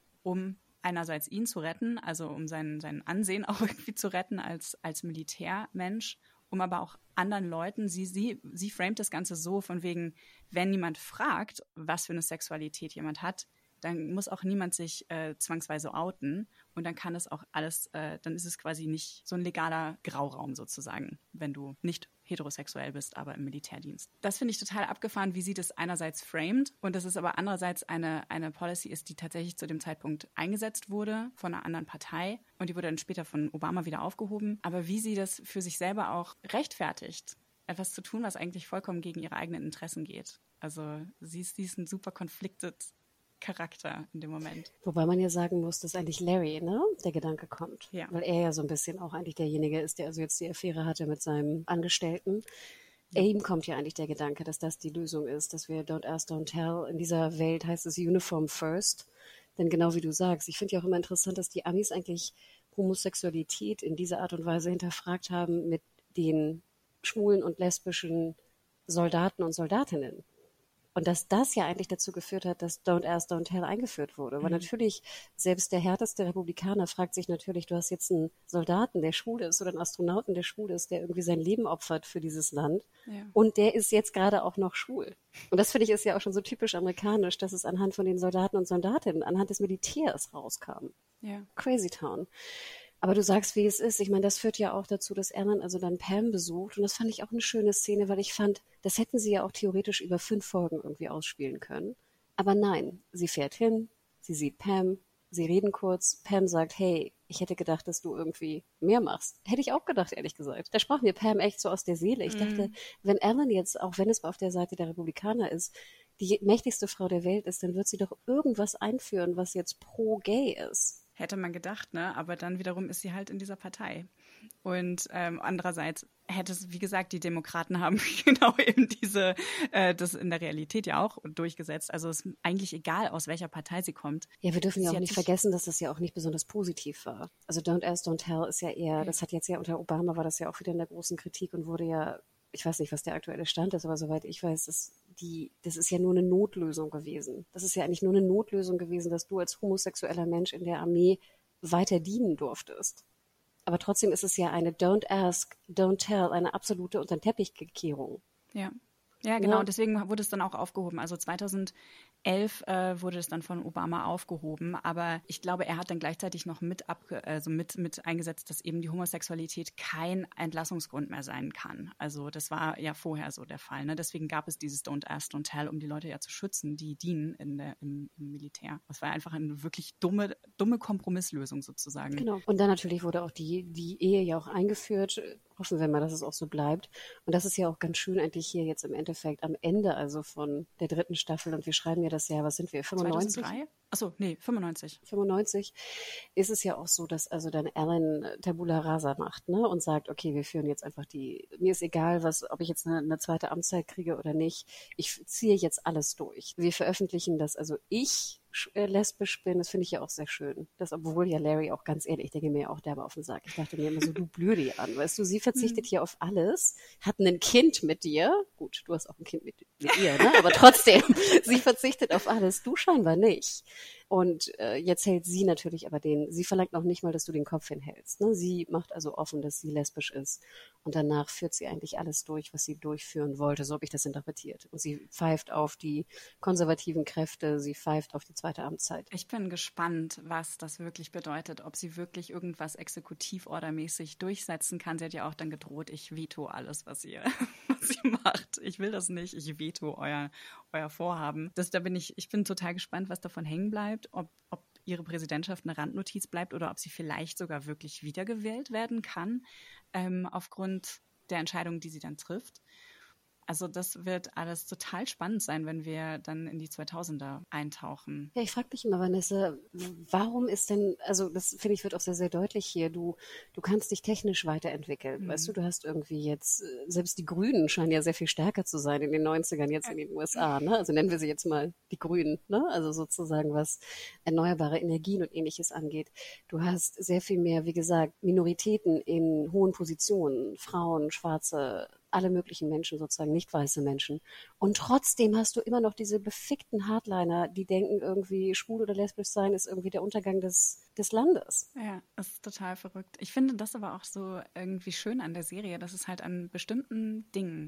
um einerseits ihn zu retten, also um sein Ansehen auch irgendwie zu retten als Militärmensch, um aber auch anderen Leuten, sie framet das Ganze so von wegen, wenn niemand fragt, was für eine Sexualität jemand hat, dann muss auch niemand sich zwangsweise outen und dann kann es auch alles, dann ist es quasi nicht so ein legaler Grauraum sozusagen, wenn du nicht heterosexuell bist, aber im Militärdienst. Das finde ich total abgefahren, wie sie das einerseits framed und dass es aber andererseits eine Policy ist, die tatsächlich zu dem Zeitpunkt eingesetzt wurde von einer anderen Partei und die wurde dann später von Obama wieder aufgehoben. Aber wie sie das für sich selber auch rechtfertigt, etwas zu tun, was eigentlich vollkommen gegen ihre eigenen Interessen geht. Also sie ist ein super conflicted Charakter in dem Moment. Wobei man ja sagen muss, dass eigentlich Larry, ne, der Gedanke kommt. Ja. Weil er ja so ein bisschen auch eigentlich derjenige ist, der also jetzt die Affäre hatte mit seinem Angestellten. Ihm kommt ja eigentlich der Gedanke, dass das die Lösung ist, dass wir Don't Ask, Don't Tell. In dieser Welt heißt es Uniform First. Denn genau wie du sagst, ich finde ja auch immer interessant, dass die Amis eigentlich Homosexualität in dieser Art und Weise hinterfragt haben mit den schwulen und lesbischen Soldaten und Soldatinnen. Und dass das ja eigentlich dazu geführt hat, dass Don't Ask, Don't Tell eingeführt wurde. Weil natürlich, selbst der härteste Republikaner fragt sich natürlich, du hast jetzt einen Soldaten, der schwul ist, oder einen Astronauten, der schwul ist, der irgendwie sein Leben opfert für dieses Land. Ja. Und der ist jetzt gerade auch noch schwul. Und das finde ich ist ja auch schon so typisch amerikanisch, dass es anhand von den Soldaten und Soldatinnen, anhand des Militärs rauskam. Ja. Crazy Town. Aber du sagst, wie es ist. Ich meine, das führt ja auch dazu, dass Alan also dann Pam besucht. Und das fand ich auch eine schöne Szene, weil ich fand, das hätten sie ja auch theoretisch über 5 Folgen irgendwie ausspielen können. Aber nein, sie fährt hin, sie sieht Pam, sie reden kurz. Pam sagt, hey, ich hätte gedacht, dass du irgendwie mehr machst. Hätte ich auch gedacht, ehrlich gesagt. Da sprach mir Pam echt so aus der Seele. Ich dachte, wenn Alan jetzt, auch wenn es auf der Seite der Republikaner ist, die mächtigste Frau der Welt ist, dann wird sie doch irgendwas einführen, was jetzt pro-gay ist. Hätte man gedacht, ne? Aber dann wiederum ist sie halt in dieser Partei. Und andererseits hätte es, wie gesagt, die Demokraten haben genau eben das in der Realität ja auch durchgesetzt. Also es ist eigentlich egal, aus welcher Partei sie kommt. Ja, wir dürfen ja auch nicht vergessen, dass das ja auch nicht besonders positiv war. Also Don't Ask, Don't Tell ist ja eher, das hat jetzt ja unter Obama war das ja auch wieder in der großen Kritik und wurde ja, ich weiß nicht, was der aktuelle Stand ist, aber soweit ich weiß, das ist ja nur eine Notlösung gewesen. Das ist ja eigentlich nur eine Notlösung gewesen, dass du als homosexueller Mensch in der Armee weiter dienen durftest. Aber trotzdem ist es ja eine Don't Ask, Don't Tell, eine absolute Unter-den-Teppich-Kehrung. Ja. Ja, genau. Ja. Deswegen wurde es dann auch aufgehoben. Also 2011 wurde es dann von Obama aufgehoben. Aber ich glaube, er hat dann gleichzeitig noch mit eingesetzt, dass eben die Homosexualität kein Entlassungsgrund mehr sein kann. Also das war ja vorher so der Fall. Ne? Deswegen gab es dieses Don't Ask, Don't Tell, um die Leute ja zu schützen, die dienen im Militär. Das war einfach eine wirklich dumme Kompromisslösung sozusagen. Genau. Und dann natürlich wurde auch die Ehe ja auch eingeführt. Hoffen wir mal, dass es auch so bleibt. Und das ist ja auch ganz schön eigentlich hier jetzt im Endeffekt am Ende also von der 3. Staffel. Und wir schreiben ja das Jahr, was sind wir, 95? 2003? Achso, nee, 95. 95 ist es ja auch so, dass also dann Alan Tabula Rasa macht, ne? Und sagt, okay, wir führen jetzt einfach mir ist egal, ob ich jetzt eine zweite Amtszeit kriege oder nicht. Ich ziehe jetzt alles durch. Wir veröffentlichen das, also ich lesbisch bin, das finde ich ja auch sehr schön. Das, obwohl ja Larry auch ganz ehrlich, ich denke mir auch derbe auf den Sack. Ich dachte mir immer so, du Blödi an, weißt du, sie verzichtet hier auf alles, hat ein Kind mit dir. Gut, du hast auch ein Kind mit ihr, ne? Aber trotzdem, sie verzichtet auf alles, du scheinbar nicht. Und jetzt hält sie natürlich aber sie verlangt noch nicht mal, dass du den Kopf hinhältst. Ne? Sie macht also offen, dass sie lesbisch ist. Und danach führt sie eigentlich alles durch, was sie durchführen wollte. So habe ich das interpretiert. Und sie pfeift auf die konservativen Kräfte, sie pfeift auf die zweite Amtszeit. Ich bin gespannt, was das wirklich bedeutet, ob sie wirklich irgendwas exekutivordermäßig durchsetzen kann. Sie hat ja auch dann gedroht, ich veto alles, was sie macht. Ich will das nicht, ich veto euer Vorhaben. Ich bin total gespannt, was davon hängen bleibt, ob ihre Präsidentschaft eine Randnotiz bleibt oder ob sie vielleicht sogar wirklich wiedergewählt werden kann, aufgrund der Entscheidungen, die sie dann trifft. Also das wird alles total spannend sein, wenn wir dann in die 2000er eintauchen. Ja, ich frage mich immer, Vanessa, warum ist denn, also das finde ich wird auch sehr, sehr deutlich hier, du kannst dich technisch weiterentwickeln. Weißt du hast irgendwie jetzt, selbst die Grünen scheinen ja sehr viel stärker zu sein in den 90ern jetzt in den USA, ne? Also nennen wir sie jetzt mal die Grünen, ne? Also sozusagen was erneuerbare Energien und Ähnliches angeht. Du hast sehr viel mehr, wie gesagt, Minoritäten in hohen Positionen, Frauen, Schwarze, alle möglichen Menschen sozusagen, nicht weiße Menschen. Und trotzdem hast du immer noch diese befickten Hardliner, die denken irgendwie, schwul oder lesbisch sein ist irgendwie der Untergang des Landes. Ja, das ist total verrückt. Ich finde das aber auch so irgendwie schön an der Serie, dass es halt an bestimmten Dingen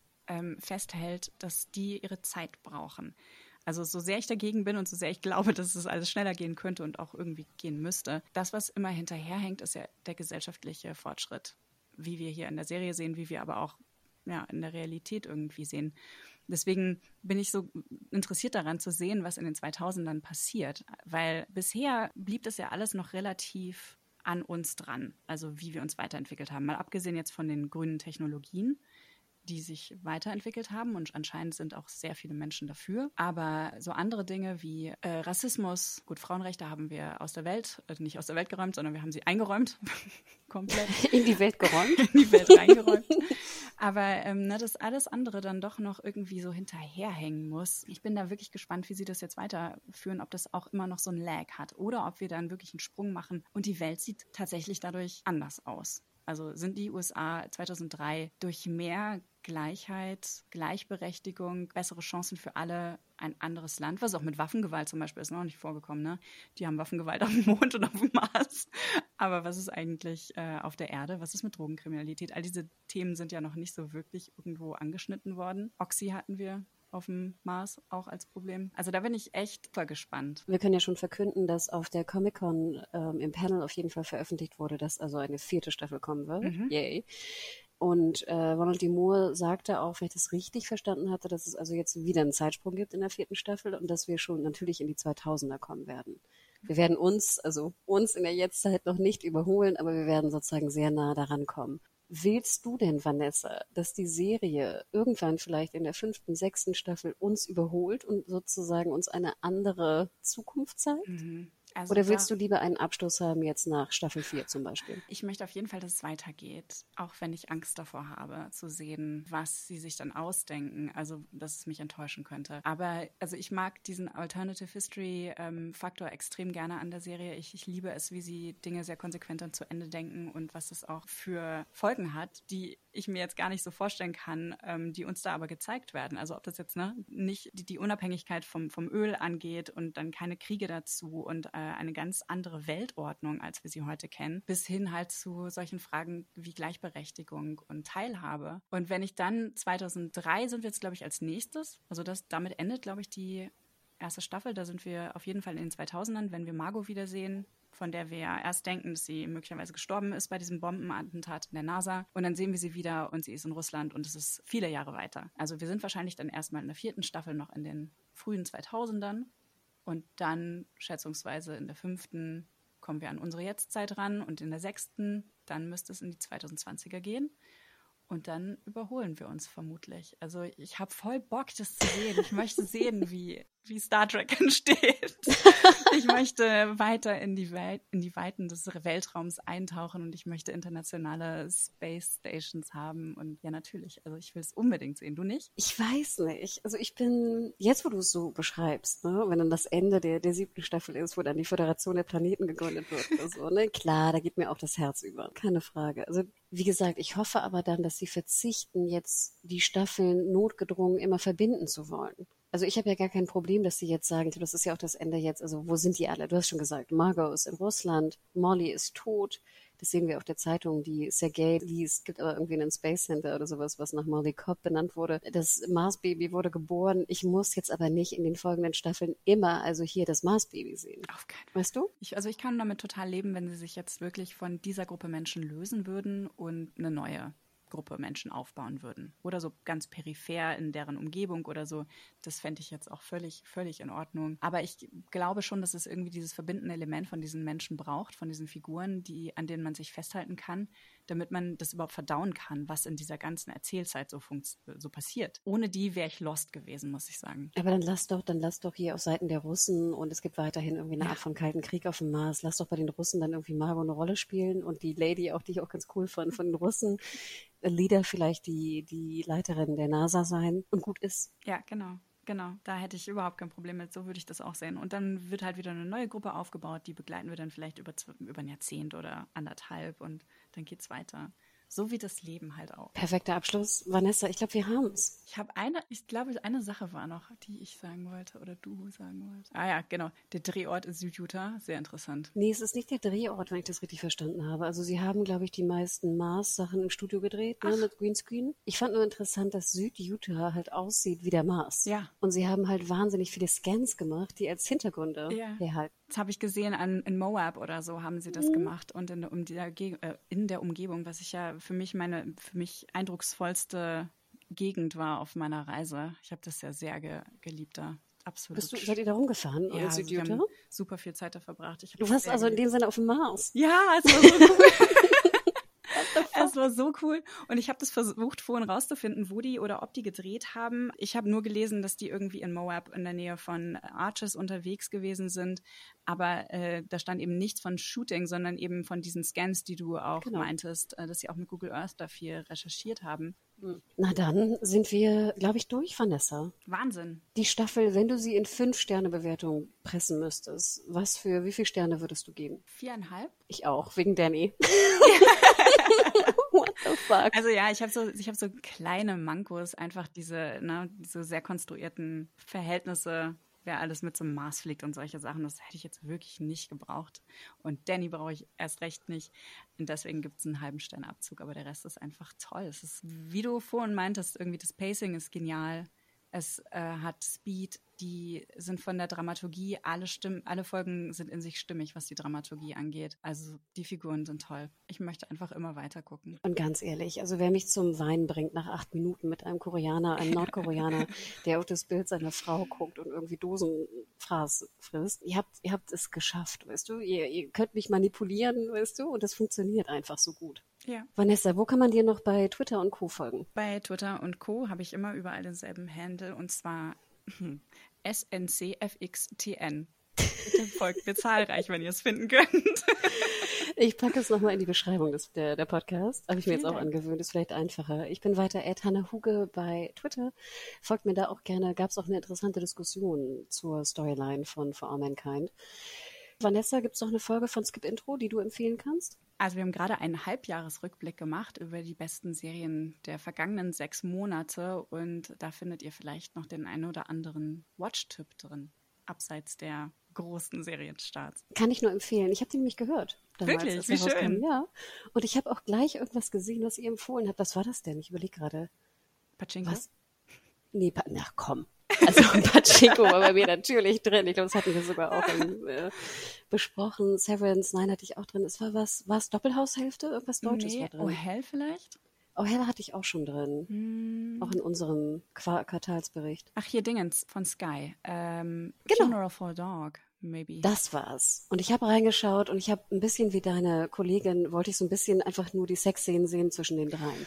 festhält, dass die ihre Zeit brauchen. Also so sehr ich dagegen bin und so sehr ich glaube, dass es alles schneller gehen könnte und auch irgendwie gehen müsste, das, was immer hinterherhängt, ist ja der gesellschaftliche Fortschritt. Wie wir hier in der Serie sehen, wie wir aber auch in der Realität irgendwie sehen. Deswegen bin ich so interessiert daran zu sehen, was in den 2000ern passiert, weil bisher blieb das ja alles noch relativ an uns dran, also wie wir uns weiterentwickelt haben. Mal abgesehen jetzt von den grünen Technologien, die sich weiterentwickelt haben und anscheinend sind auch sehr viele Menschen dafür. Aber so andere Dinge wie Rassismus, gut, Frauenrechte haben wir aus der Welt, nicht aus der Welt geräumt, sondern wir haben sie eingeräumt, komplett. In die Welt geräumt. In die Welt reingeräumt. Aber dass alles andere dann doch noch irgendwie so hinterherhängen muss. Ich bin da wirklich gespannt, wie sie das jetzt weiterführen, ob das auch immer noch so ein Lag hat oder ob wir dann wirklich einen Sprung machen und die Welt sieht tatsächlich dadurch anders aus. Also sind die USA 2003 durch mehr Gleichheit, Gleichberechtigung, bessere Chancen für alle ein anderes Land, was auch mit Waffengewalt zum Beispiel ist noch nicht vorgekommen, ne? Die haben Waffengewalt auf dem Mond und auf dem Mars. Aber was ist eigentlich auf der Erde? Was ist mit Drogenkriminalität? All diese Themen sind ja noch nicht so wirklich irgendwo angeschnitten worden. Oxy hatten wir auf dem Mars auch als Problem. Also da bin ich echt super gespannt. Wir können ja schon verkünden, dass auf der Comic-Con im Panel auf jeden Fall veröffentlicht wurde, dass also eine 4. Staffel kommen wird. Yay. Und Ronald D. Moore sagte auch, wenn ich das richtig verstanden hatte, dass es also jetzt wieder einen Zeitsprung gibt in der 4. Staffel und dass wir schon natürlich in die 2000er kommen werden. Wir werden uns in der Jetztzeit noch nicht überholen, aber wir werden sozusagen sehr nah daran kommen. Willst du denn, Vanessa, dass die Serie irgendwann vielleicht in der 5., 6. Staffel uns überholt und sozusagen uns eine andere Zukunft zeigt? Also oder willst du lieber einen Abschluss haben jetzt nach Staffel 4 zum Beispiel? Ich möchte auf jeden Fall, dass es weitergeht, auch wenn ich Angst davor habe, zu sehen, was sie sich dann ausdenken, also dass es mich enttäuschen könnte. Aber also ich mag diesen Alternative History Faktor extrem gerne an der Serie. Ich liebe es, wie sie Dinge sehr konsequent und zu Ende denken und was es auch für Folgen hat, die ich mir jetzt gar nicht so vorstellen kann, die uns da aber gezeigt werden. Also ob das jetzt nicht die Unabhängigkeit vom Öl angeht und dann keine Kriege dazu und eine ganz andere Weltordnung, als wir sie heute kennen, bis hin halt zu solchen Fragen wie Gleichberechtigung und Teilhabe. Und wenn ich dann 2003 sind wir jetzt, glaube ich, als nächstes, also damit endet, glaube ich, die erste Staffel, da sind wir auf jeden Fall in den 2000ern, wenn wir Margot wiedersehen, von der wir ja erst denken, dass sie möglicherweise gestorben ist bei diesem Bombenattentat in der NASA. Und dann sehen wir sie wieder und sie ist in Russland und es ist viele Jahre weiter. Also wir sind wahrscheinlich dann erstmal in der 4. Staffel noch in den frühen 2000ern und dann schätzungsweise in der 5. kommen wir an unsere Jetztzeit ran und in der 6. dann müsste es in die 2020er gehen. Und dann überholen wir uns vermutlich. Also ich habe voll Bock, das zu sehen. Ich möchte sehen, wie Star Trek entsteht. Ich möchte weiter in die Weiten des Weltraums eintauchen und ich möchte internationale Space Stations haben. Und ja, natürlich. Also ich will es unbedingt sehen. Du nicht? Ich weiß nicht. Also ich bin, jetzt wo du es so beschreibst, ne, wenn dann das Ende der 7. Staffel ist, wo dann die Föderation der Planeten gegründet wird oder so, ne, klar, da geht mir auch das Herz über. Keine Frage. Also wie gesagt, ich hoffe aber dann, dass sie verzichten, jetzt die Staffeln notgedrungen immer verbinden zu wollen. Also ich habe ja gar kein Problem, dass sie jetzt sagen, das ist ja auch das Ende jetzt, also wo sind die alle? Du hast schon gesagt, Margot ist in Russland, Molly ist tot. Das sehen wir auf der Zeitung, die Sergei liest. Gibt aber irgendwie einen Space Center oder sowas, was nach Molly Cobb benannt wurde. Das Mars-Baby wurde geboren. Ich muss jetzt aber nicht in den folgenden Staffeln immer, also hier das Mars-Baby sehen. Auf keinen Fall. Weißt du? Ich kann damit total leben, wenn sie sich jetzt wirklich von dieser Gruppe Menschen lösen würden und eine neue Gruppe Menschen aufbauen würden. Oder so ganz peripher in deren Umgebung oder so. Das fände ich jetzt auch völlig in Ordnung. Aber ich glaube schon, dass es irgendwie dieses verbindende Element von diesen Menschen braucht, von diesen Figuren, an denen man sich festhalten kann, damit man das überhaupt verdauen kann, was in dieser ganzen Erzählzeit so passiert. Ohne die wäre ich lost gewesen, muss ich sagen. Aber dann lass doch hier auf Seiten der Russen und es gibt weiterhin irgendwie eine Art von Kalten Krieg auf dem Mars. Lass doch bei den Russen dann irgendwie Margot eine Rolle spielen und die Lady, auch die ich auch ganz cool fand von den Russen, Leader vielleicht die Leiterin der NASA sein und gut ist. Ja, genau. Da hätte ich überhaupt kein Problem mit. So würde ich das auch sehen. Und dann wird halt wieder eine neue Gruppe aufgebaut, die begleiten wir dann vielleicht über ein Jahrzehnt oder anderthalb und dann geht's weiter. So wie das Leben halt auch. Perfekter Abschluss. Vanessa, ich glaube, wir haben es. Ich glaube, eine Sache war noch, die ich sagen wollte oder du sagen wolltest. Ah ja, genau. Der Drehort ist Südutah. Sehr interessant. Nee, es ist nicht der Drehort, wenn ich das richtig verstanden habe. Also sie haben, glaube ich, die meisten Mars-Sachen im Studio gedreht, ne, mit Greenscreen. Ich fand nur interessant, dass Südutah halt aussieht wie der Mars. Ja. Und sie haben halt wahnsinnig viele Scans gemacht, die als Hintergründe herhalten. Das habe ich gesehen, in Moab oder so haben sie das gemacht und in der Umgebung, was ich ja für mich eindrucksvollste Gegend war auf meiner Reise. Ich habe das ja sehr geliebt da. Absolut. Seid ihr da rumgefahren? Ja, in Südutah? wir haben super viel Zeit da verbracht. Du warst also in dem Sinne auf dem Mars? Ja, es war so cool. Es war so cool. Und ich habe das versucht, vorhin rauszufinden, wo die oder ob die gedreht haben. Ich habe nur gelesen, dass die irgendwie in Moab in der Nähe von Arches unterwegs gewesen sind. Aber da stand eben nichts von Shooting, sondern eben von diesen Scans, die du auch meintest, dass sie auch mit Google Earth da viel recherchiert haben. Na dann sind wir, glaube ich, durch, Vanessa. Wahnsinn. Die Staffel, wenn du sie in 5-Sterne-Bewertung pressen müsstest, wie viele Sterne würdest du geben? 4,5? Ich auch, wegen Danny. What the fuck? Also ja, ich habe so kleine Mankos, einfach diese sehr konstruierten Verhältnisse, wer alles mit zum Mars fliegt und solche Sachen, das hätte ich jetzt wirklich nicht gebraucht. Und Danny brauche ich erst recht nicht. Und deswegen gibt es einen halben Sternabzug, aber der Rest ist einfach toll. Es ist, wie du vorhin meintest, irgendwie das Pacing ist genial. Es hat Speed, die sind von der Dramaturgie, alle Folgen sind in sich stimmig, was die Dramaturgie angeht. Also die Figuren sind toll. Ich möchte einfach immer weiter gucken. Und ganz ehrlich, also wer mich zum Weinen bringt nach 8 Minuten mit einem Nordkoreaner, der auf das Bild seiner Frau guckt und irgendwie Dosenfraß frisst, ihr habt es geschafft, weißt du? Ihr könnt mich manipulieren, weißt du? Und das funktioniert einfach so gut. Ja. Vanessa, wo kann man dir noch bei Twitter und Co. folgen? Bei Twitter und Co. habe ich immer überall denselben Handle und zwar SNCFXTN. Bitte folgt mir zahlreich, wenn ihr es finden könnt. Ich packe es nochmal in die Beschreibung der Podcast. Habe ich mir jetzt auch Dank. angewöhnt, ist vielleicht einfacher. Ich bin weiter @HannahHuge bei Twitter. Folgt mir da auch gerne. Gab es auch eine interessante Diskussion zur Storyline von For All Mankind. Vanessa, gibt es noch eine Folge von Skip Intro, die du empfehlen kannst? Also wir haben gerade einen Halbjahresrückblick gemacht über die besten Serien der vergangenen 6 Monate und da findet ihr vielleicht noch den einen oder anderen Watch-Tipp drin, abseits der großen Serienstarts. Kann ich nur empfehlen. Ich habe den nämlich gehört. Damals, Wirklich? als Wie er rauskam. schön. Ja. Und ich habe auch gleich irgendwas gesehen, was ihr empfohlen habt. Was war das denn? Ich überlege gerade. Pachinko? Was? Nee, na komm. Also Pachinko war bei mir natürlich drin. Ich glaube, das hatten wir sogar auch besprochen. Severance, nein, hatte ich auch drin. Es war was Doppelhaushälfte? Irgendwas Deutsches war drin. Oh, Hell vielleicht? Oh, Hell hatte ich auch schon drin. Auch in unserem Quartalsbericht. Ach, hier Dingens von Sky. Genau. Funeral for a Dog, maybe. Das war's. Und ich habe reingeschaut und ich habe ein bisschen wie deine Kollegin, wollte ich so ein bisschen einfach nur die Sexszenen sehen zwischen den dreien.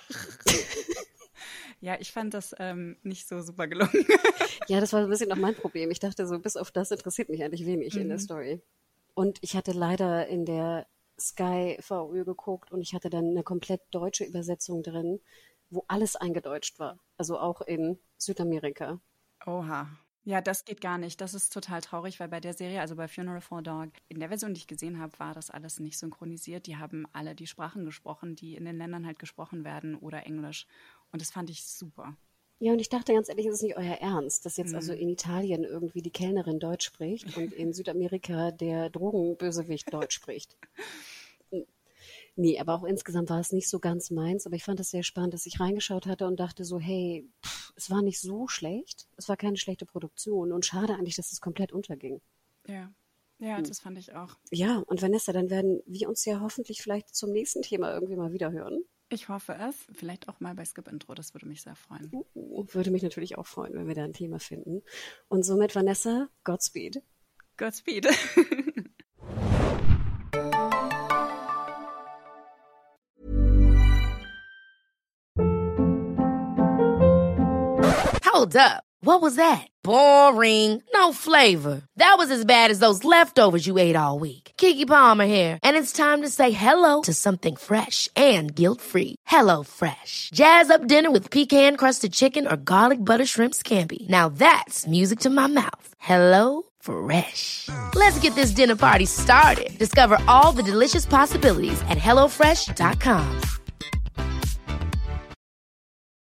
Ja, ich fand das nicht so super gelungen. Ja, das war ein bisschen auch mein Problem. Ich dachte so, bis auf das interessiert mich eigentlich wenig in der Story. Und ich hatte leider in der Sky VÖ geguckt und ich hatte dann eine komplett deutsche Übersetzung drin, wo alles eingedeutscht war. Also auch in Südamerika. Oha. Ja, das geht gar nicht. Das ist total traurig, weil bei der Serie, also bei Funeral for a Dog, in der Version, die ich gesehen habe, war das alles nicht synchronisiert. Die haben alle die Sprachen gesprochen, die in den Ländern halt gesprochen werden oder Englisch. Und das fand ich super. Ja, und ich dachte ganz ehrlich, es ist nicht euer Ernst, dass jetzt also in Italien irgendwie die Kellnerin Deutsch spricht und in Südamerika der Drogenbösewicht Deutsch spricht. Nee, aber auch insgesamt war es nicht so ganz meins, aber ich fand es sehr spannend, dass ich reingeschaut hatte und dachte so, hey, es war nicht so schlecht, es war keine schlechte Produktion und schade eigentlich, dass es komplett unterging. Ja, das fand ich auch. Ja, und Vanessa, dann werden wir uns ja hoffentlich vielleicht zum nächsten Thema irgendwie mal wieder hören. Ich hoffe es. Vielleicht auch mal bei Skip Intro, das würde mich sehr freuen. Würde mich natürlich auch freuen, wenn wir da ein Thema finden. Und somit, Vanessa, Godspeed. Godspeed. Hold up. What was that? Boring. No flavor. That was as bad as those leftovers you ate all week. Keke Palmer here, and it's time to say hello to something fresh and guilt-free. HelloFresh. Jazz up dinner with pecan-crusted chicken or garlic butter shrimp scampi. Now that's music to my mouth. HelloFresh. Let's get this dinner party started. Discover all the delicious possibilities at HelloFresh.com.